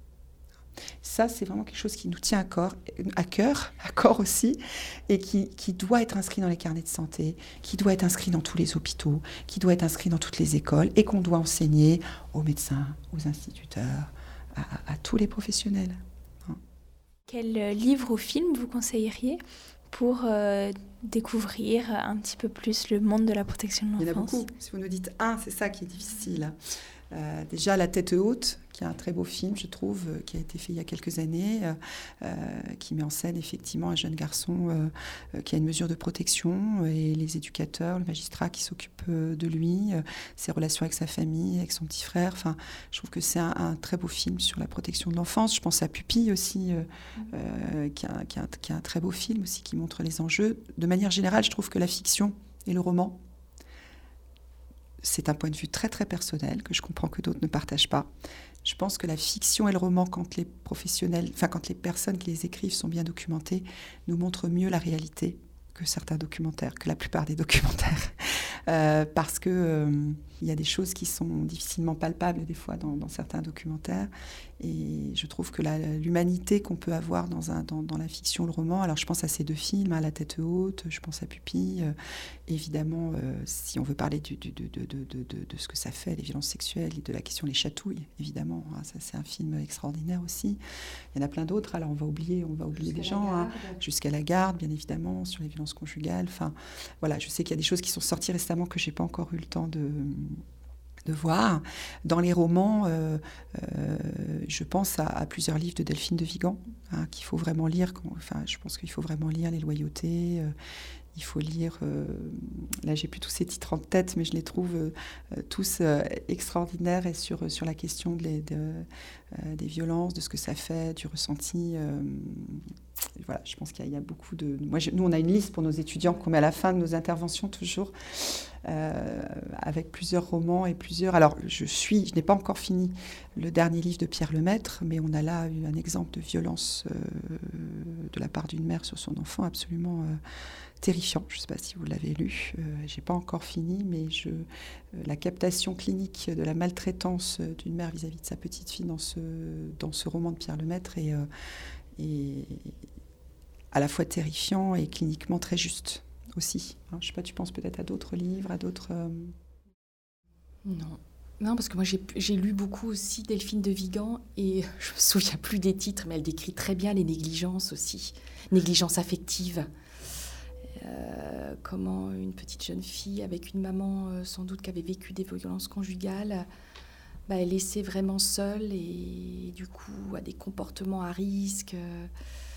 Ça, c'est vraiment quelque chose qui nous tient à, corps, à cœur, à corps aussi, et qui, qui doit être inscrit dans les carnets de santé, qui doit être inscrit dans tous les hôpitaux, qui doit être inscrit dans toutes les écoles, et qu'on doit enseigner aux médecins, aux instituteurs, à, à tous les professionnels. Hein. Quel livre ou film vous conseilleriez pour euh, découvrir un petit peu plus le monde de la protection de l'enfance ? Il y en a beaucoup. Si vous nous dites un, c'est ça qui est difficile. Euh, déjà, La tête haute, qui est un très beau film, je trouve, euh, qui a été fait il y a quelques années, euh, euh, qui met en scène effectivement un jeune garçon euh, euh, qui a une mesure de protection, et les éducateurs, le magistrat qui s'occupe euh, de lui, euh, ses relations avec sa famille, avec son petit frère. Enfin, je trouve que c'est un, un très beau film sur la protection de l'enfance. Je pense à Pupille aussi, euh, euh, qui, a, qui, a, qui a un très beau film aussi, qui montre les enjeux. De manière générale, je trouve que la fiction et le roman, c'est un point de vue très très personnel que je comprends que d'autres ne partagent pas. Je pense que la fiction et le roman, quand les professionnels, enfin quand les personnes qui les écrivent sont bien documentées, nous montrent mieux la réalité que certains documentaires, que la plupart des documentaires, euh, parce que euh, il y a des choses qui sont difficilement palpables des fois dans, dans certains documentaires, et je trouve que la, l'humanité qu'on peut avoir dans, un, dans, dans la fiction, le roman, alors je pense à ces deux films, hein, La tête haute, je pense à Pupille, euh, évidemment, euh, si on veut parler du, du, de, de, de, de, de ce que ça fait, les violences sexuelles, et de la question les chatouilles, évidemment, hein, ça c'est un film extraordinaire aussi. Il y en a plein d'autres, alors on va oublier, on va oublier des gens, hein, Jusqu'à la garde, bien évidemment, sur les violences conjugales. Enfin, voilà, je sais qu'il y a des choses qui sont sorties récemment que j'ai pas encore eu le temps de de voir. Dans les romans, euh, euh, je pense à, à plusieurs livres de Delphine de Vigan, hein, qu'il faut vraiment lire. Enfin, je pense qu'il faut vraiment lire Les Loyautés. Euh, il faut lire... Euh, là, j'ai plus tous ces titres en tête, mais je les trouve euh, tous euh, extraordinaires, et sur, sur la question de les, de, euh, des violences, de ce que ça fait, du ressenti... Euh, Voilà, je pense qu'il y a, il y a beaucoup de... Moi, je, nous, on a une liste pour nos étudiants qu'on met à la fin de nos interventions, toujours, euh, avec plusieurs romans et plusieurs... Alors, je suis... Je n'ai pas encore fini le dernier livre de Pierre Lemaître, mais on a là eu un exemple de violence euh, de la part d'une mère sur son enfant absolument euh, terrifiant. Je ne sais pas si vous l'avez lu. Euh, je n'ai pas encore fini, mais je, euh, la captation clinique de la maltraitance d'une mère vis-à-vis de sa petite fille dans ce, dans ce roman de Pierre Lemaître est... Euh, Et à la fois terrifiant et cliniquement très juste aussi. Hein, je ne sais pas, tu penses peut-être à d'autres livres, à d'autres... Euh... Non. Non, parce que moi, j'ai, j'ai lu beaucoup aussi Delphine de Vigan et je ne me souviens plus des titres, mais elle décrit très bien les négligences aussi, négligences affectives. Euh, comment une petite jeune fille avec une maman euh, sans doute qui avait vécu des violences conjugales, bah, est laissée vraiment seule et, et du coup a des comportements à risque euh,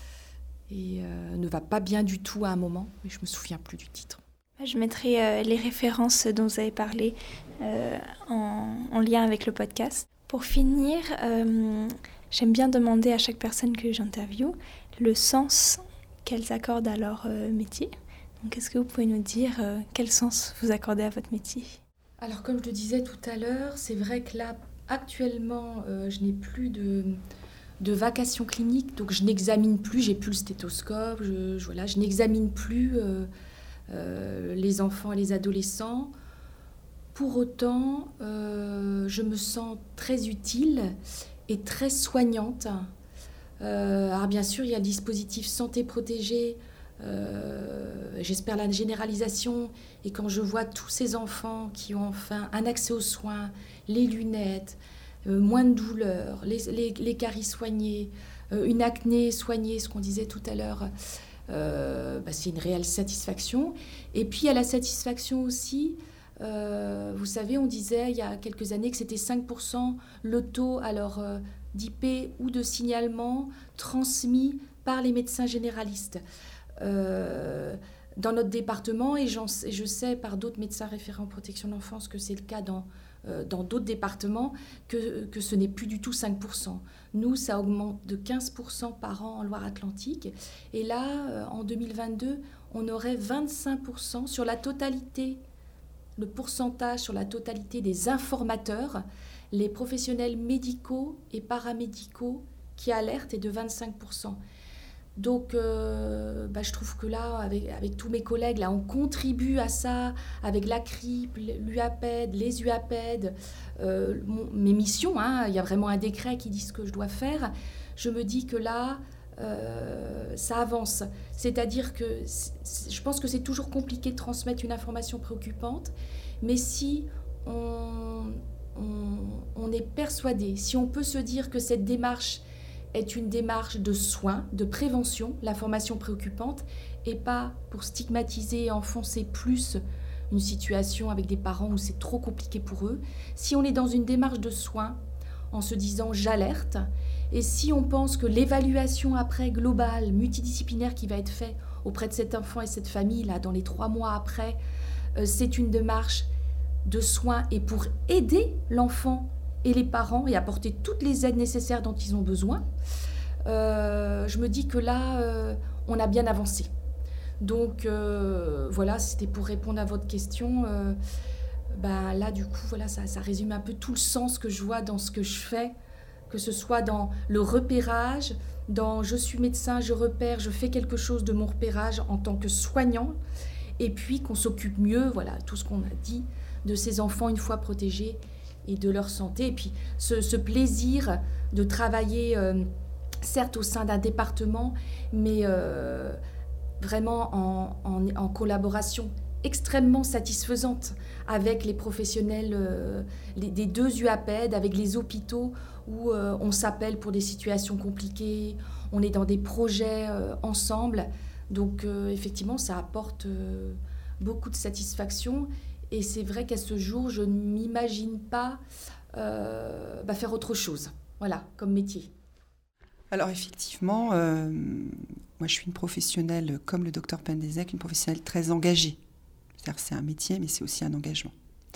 et euh, ne va pas bien du tout à un moment, mais je ne me souviens plus du titre. Je mettrai euh, les références dont vous avez parlé euh, en, en lien avec le podcast. Pour finir, euh, j'aime bien demander à chaque personne que j'interviewe le sens qu'elles accordent à leur euh, métier. Donc, est-ce que vous pouvez nous dire euh, quel sens vous accordez à votre métier ? Alors, comme je le disais tout à l'heure, c'est vrai que là, actuellement, euh, je n'ai plus de, de vacation clinique, donc je n'examine plus, j'ai plus le stéthoscope, je, je, voilà, je n'examine plus... Euh, Euh, les enfants et les adolescents. Pour autant, euh, je me sens très utile et très soignante. Euh, alors bien sûr, il y a le dispositif santé protégée, euh, j'espère la généralisation, et quand je vois tous ces enfants qui ont enfin un accès aux soins, les lunettes, euh, moins de douleur, les, les, les caries soignées, euh, une acné soignée, ce qu'on disait tout à l'heure, Euh, bah, c'est une réelle satisfaction. Et puis il y a la satisfaction aussi, euh, vous savez, on disait il y a quelques années que c'était cinq pour cent le taux alors, euh, d'I P ou de signalement transmis par les médecins généralistes. Euh, dans notre département, et, j'en, et je sais par d'autres médecins référents en protection de l'enfance que c'est le cas dans, euh, dans d'autres départements, que, que ce n'est plus du tout cinq pour cent. Nous, ça augmente de quinze pour cent par an en Loire-Atlantique. Et là, euh, en deux mille vingt-deux, on aurait vingt-cinq pour cent sur la totalité, le pourcentage sur la totalité des informateurs, les professionnels médicaux et paramédicaux qui alertent est de vingt-cinq pour cent. Donc, euh, bah, je trouve que là, avec, avec tous mes collègues, là, on contribue à ça, avec la C R I P, l'U A P E D, les U A P E D, euh, mon, mes missions, hein, il y a vraiment un décret qui dit ce que je dois faire. Je me dis que là, euh, ça avance. C'est-à-dire que je pense que c'est toujours compliqué de transmettre une information préoccupante, mais si on, on, on est persuadé, si on peut se dire que cette démarche est une démarche de soins, de prévention, l'information préoccupante, et pas pour stigmatiser et enfoncer plus une situation avec des parents où c'est trop compliqué pour eux. Si on est dans une démarche de soins, en se disant « j'alerte », et si on pense que l'évaluation après globale, multidisciplinaire qui va être faite auprès de cet enfant et cette famille, là, dans les trois mois après, euh, c'est une démarche de soins et pour aider l'enfant et les parents et apporter toutes les aides nécessaires dont ils ont besoin, euh, je me dis que là, euh, on a bien avancé. Donc euh, voilà, c'était pour répondre à votre question. Euh, ben, là, du coup, voilà, ça, ça résume un peu tout le sens que je vois dans ce que je fais, que ce soit dans le repérage, dans je suis médecin, je repère, je fais quelque chose de mon repérage en tant que soignant, et puis qu'on s'occupe mieux, voilà, tout ce qu'on a dit, de ces enfants une fois protégés, et de leur santé. Et puis ce, ce plaisir de travailler, euh, certes au sein d'un département, mais euh, vraiment en, en, en collaboration extrêmement satisfaisante avec les professionnels euh, les, des deux U A P E D, avec les hôpitaux où euh, on s'appelle pour des situations compliquées, on est dans des projets euh, ensemble. Donc euh, effectivement, ça apporte euh, beaucoup de satisfaction. Et c'est vrai qu'à ce jour, je ne m'imagine pas euh, bah faire autre chose, voilà, comme métier. Alors effectivement, euh, moi je suis une professionnelle, comme le docteur Pendezec, une professionnelle très engagée. C'est-à-dire que c'est un métier, mais c'est aussi un engagement.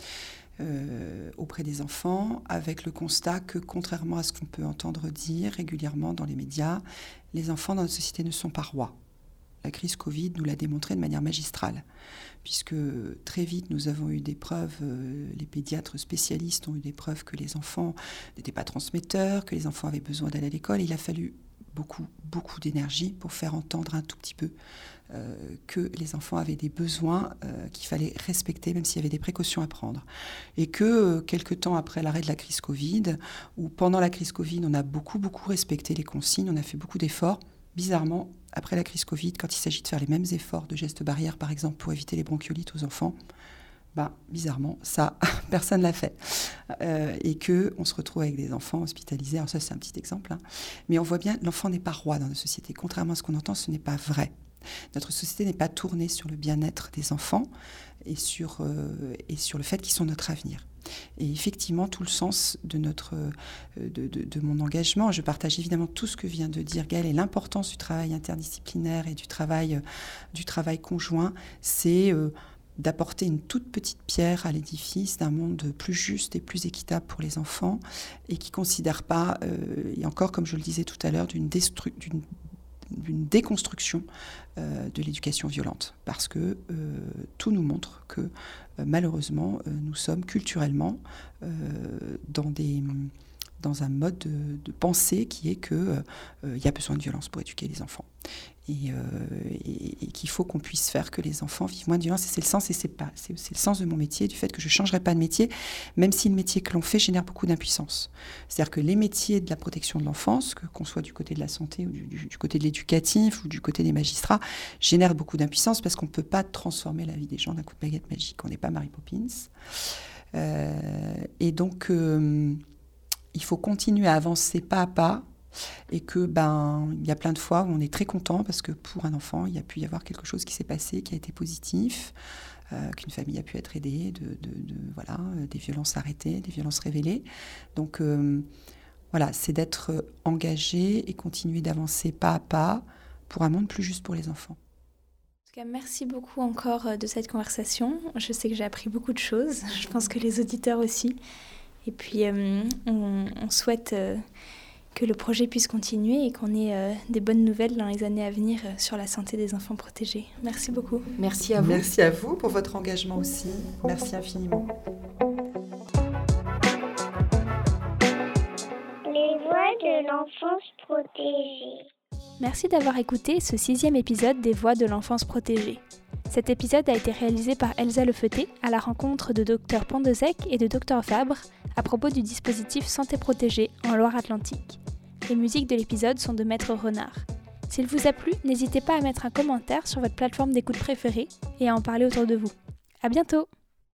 Euh, auprès des enfants, avec le constat que, contrairement à ce qu'on peut entendre dire régulièrement dans les médias, les enfants dans notre société ne sont pas rois. La crise Covid nous l'a démontré de manière magistrale, puisque très vite nous avons eu des preuves, euh, les pédiatres spécialistes ont eu des preuves que les enfants n'étaient pas transmetteurs, que les enfants avaient besoin d'aller à l'école. Il a fallu beaucoup, beaucoup d'énergie pour faire entendre un tout petit peu euh, que les enfants avaient des besoins euh, qu'il fallait respecter, même s'il y avait des précautions à prendre. Et que, euh, quelque temps après l'arrêt de la crise Covid, ou pendant la crise Covid, on a beaucoup, beaucoup respecté les consignes, on a fait beaucoup d'efforts. bizarrement, après la crise Covid, quand il s'agit de faire les mêmes efforts de gestes barrières, par exemple, pour éviter les bronchiolites aux enfants, bah, bizarrement, ça, personne ne l'a fait. Euh, et qu'on se retrouve avec des enfants hospitalisés. Alors ça, c'est un petit exemple. Hein. Mais on voit bien, l'enfant n'est pas roi dans notre société. Contrairement à ce qu'on entend, ce n'est pas vrai. Notre société n'est pas tournée sur le bien-être des enfants et sur, euh, et sur le fait qu'ils sont notre avenir. Et effectivement, tout le sens de, notre, de, de, de mon engagement, je partage évidemment tout ce que vient de dire Gaëlle et l'importance du travail interdisciplinaire et du travail, du travail conjoint, c'est euh, d'apporter une toute petite pierre à l'édifice d'un monde plus juste et plus équitable pour les enfants et qui ne considère pas, euh, et encore comme je le disais tout à l'heure, d'une, destru- d'une d'une déconstruction euh, de l'éducation violente, parce que euh, tout nous montre que euh, malheureusement euh, nous sommes culturellement euh, dans, des, dans un mode de, de pensée qui est qu'il euh, y a besoin de violence pour éduquer les enfants et, euh, et, et qu'il faut qu'on puisse faire que les enfants vivent moins de violence, et c'est le sens, et c'est, pas, c'est, c'est le sens de mon métier, du fait que je ne changerai pas de métier, même si le métier que l'on fait génère beaucoup d'impuissance. C'est-à-dire que les métiers de la protection de l'enfance, que, qu'on soit du côté de la santé ou du, du, du côté de l'éducatif ou du côté des magistrats, génèrent beaucoup d'impuissance parce qu'on ne peut pas transformer la vie des gens d'un coup de baguette magique. On n'est pas Mary Poppins. Euh, et donc, euh, il faut continuer à avancer pas à pas. Et que ben il y a plein de fois où on est très content parce que pour un enfant il y a pu y avoir quelque chose qui s'est passé qui a été positif, euh, qu'une famille a pu être aidée, de, de, de voilà, des violences arrêtées, des violences révélées. Donc euh, voilà, c'est d'être engagé et continuer d'avancer pas à pas pour un monde plus juste pour les enfants. En tout cas, merci beaucoup encore de cette conversation. Je sais que j'ai appris beaucoup de choses. Je pense que les auditeurs aussi. Et puis euh, on, on souhaite euh, que le projet puisse continuer et qu'on ait euh, des bonnes nouvelles dans les années à venir euh, sur la santé des enfants protégés. Merci beaucoup. Merci à vous. Merci à vous pour votre engagement aussi. Merci infiniment. Les voix de l'enfance protégée. Merci d'avoir écouté ce sixième épisode des Voix de l'enfance protégée. Cet épisode a été réalisé par Elsa Lefeuté à la rencontre de Dr Pandezec et de Dr Fabre à propos du dispositif Santé Protégée en Loire-Atlantique. Les musiques de l'épisode sont de Maître Renard. S'il vous a plu, n'hésitez pas à mettre un commentaire sur votre plateforme d'écoute préférée et à en parler autour de vous. À bientôt!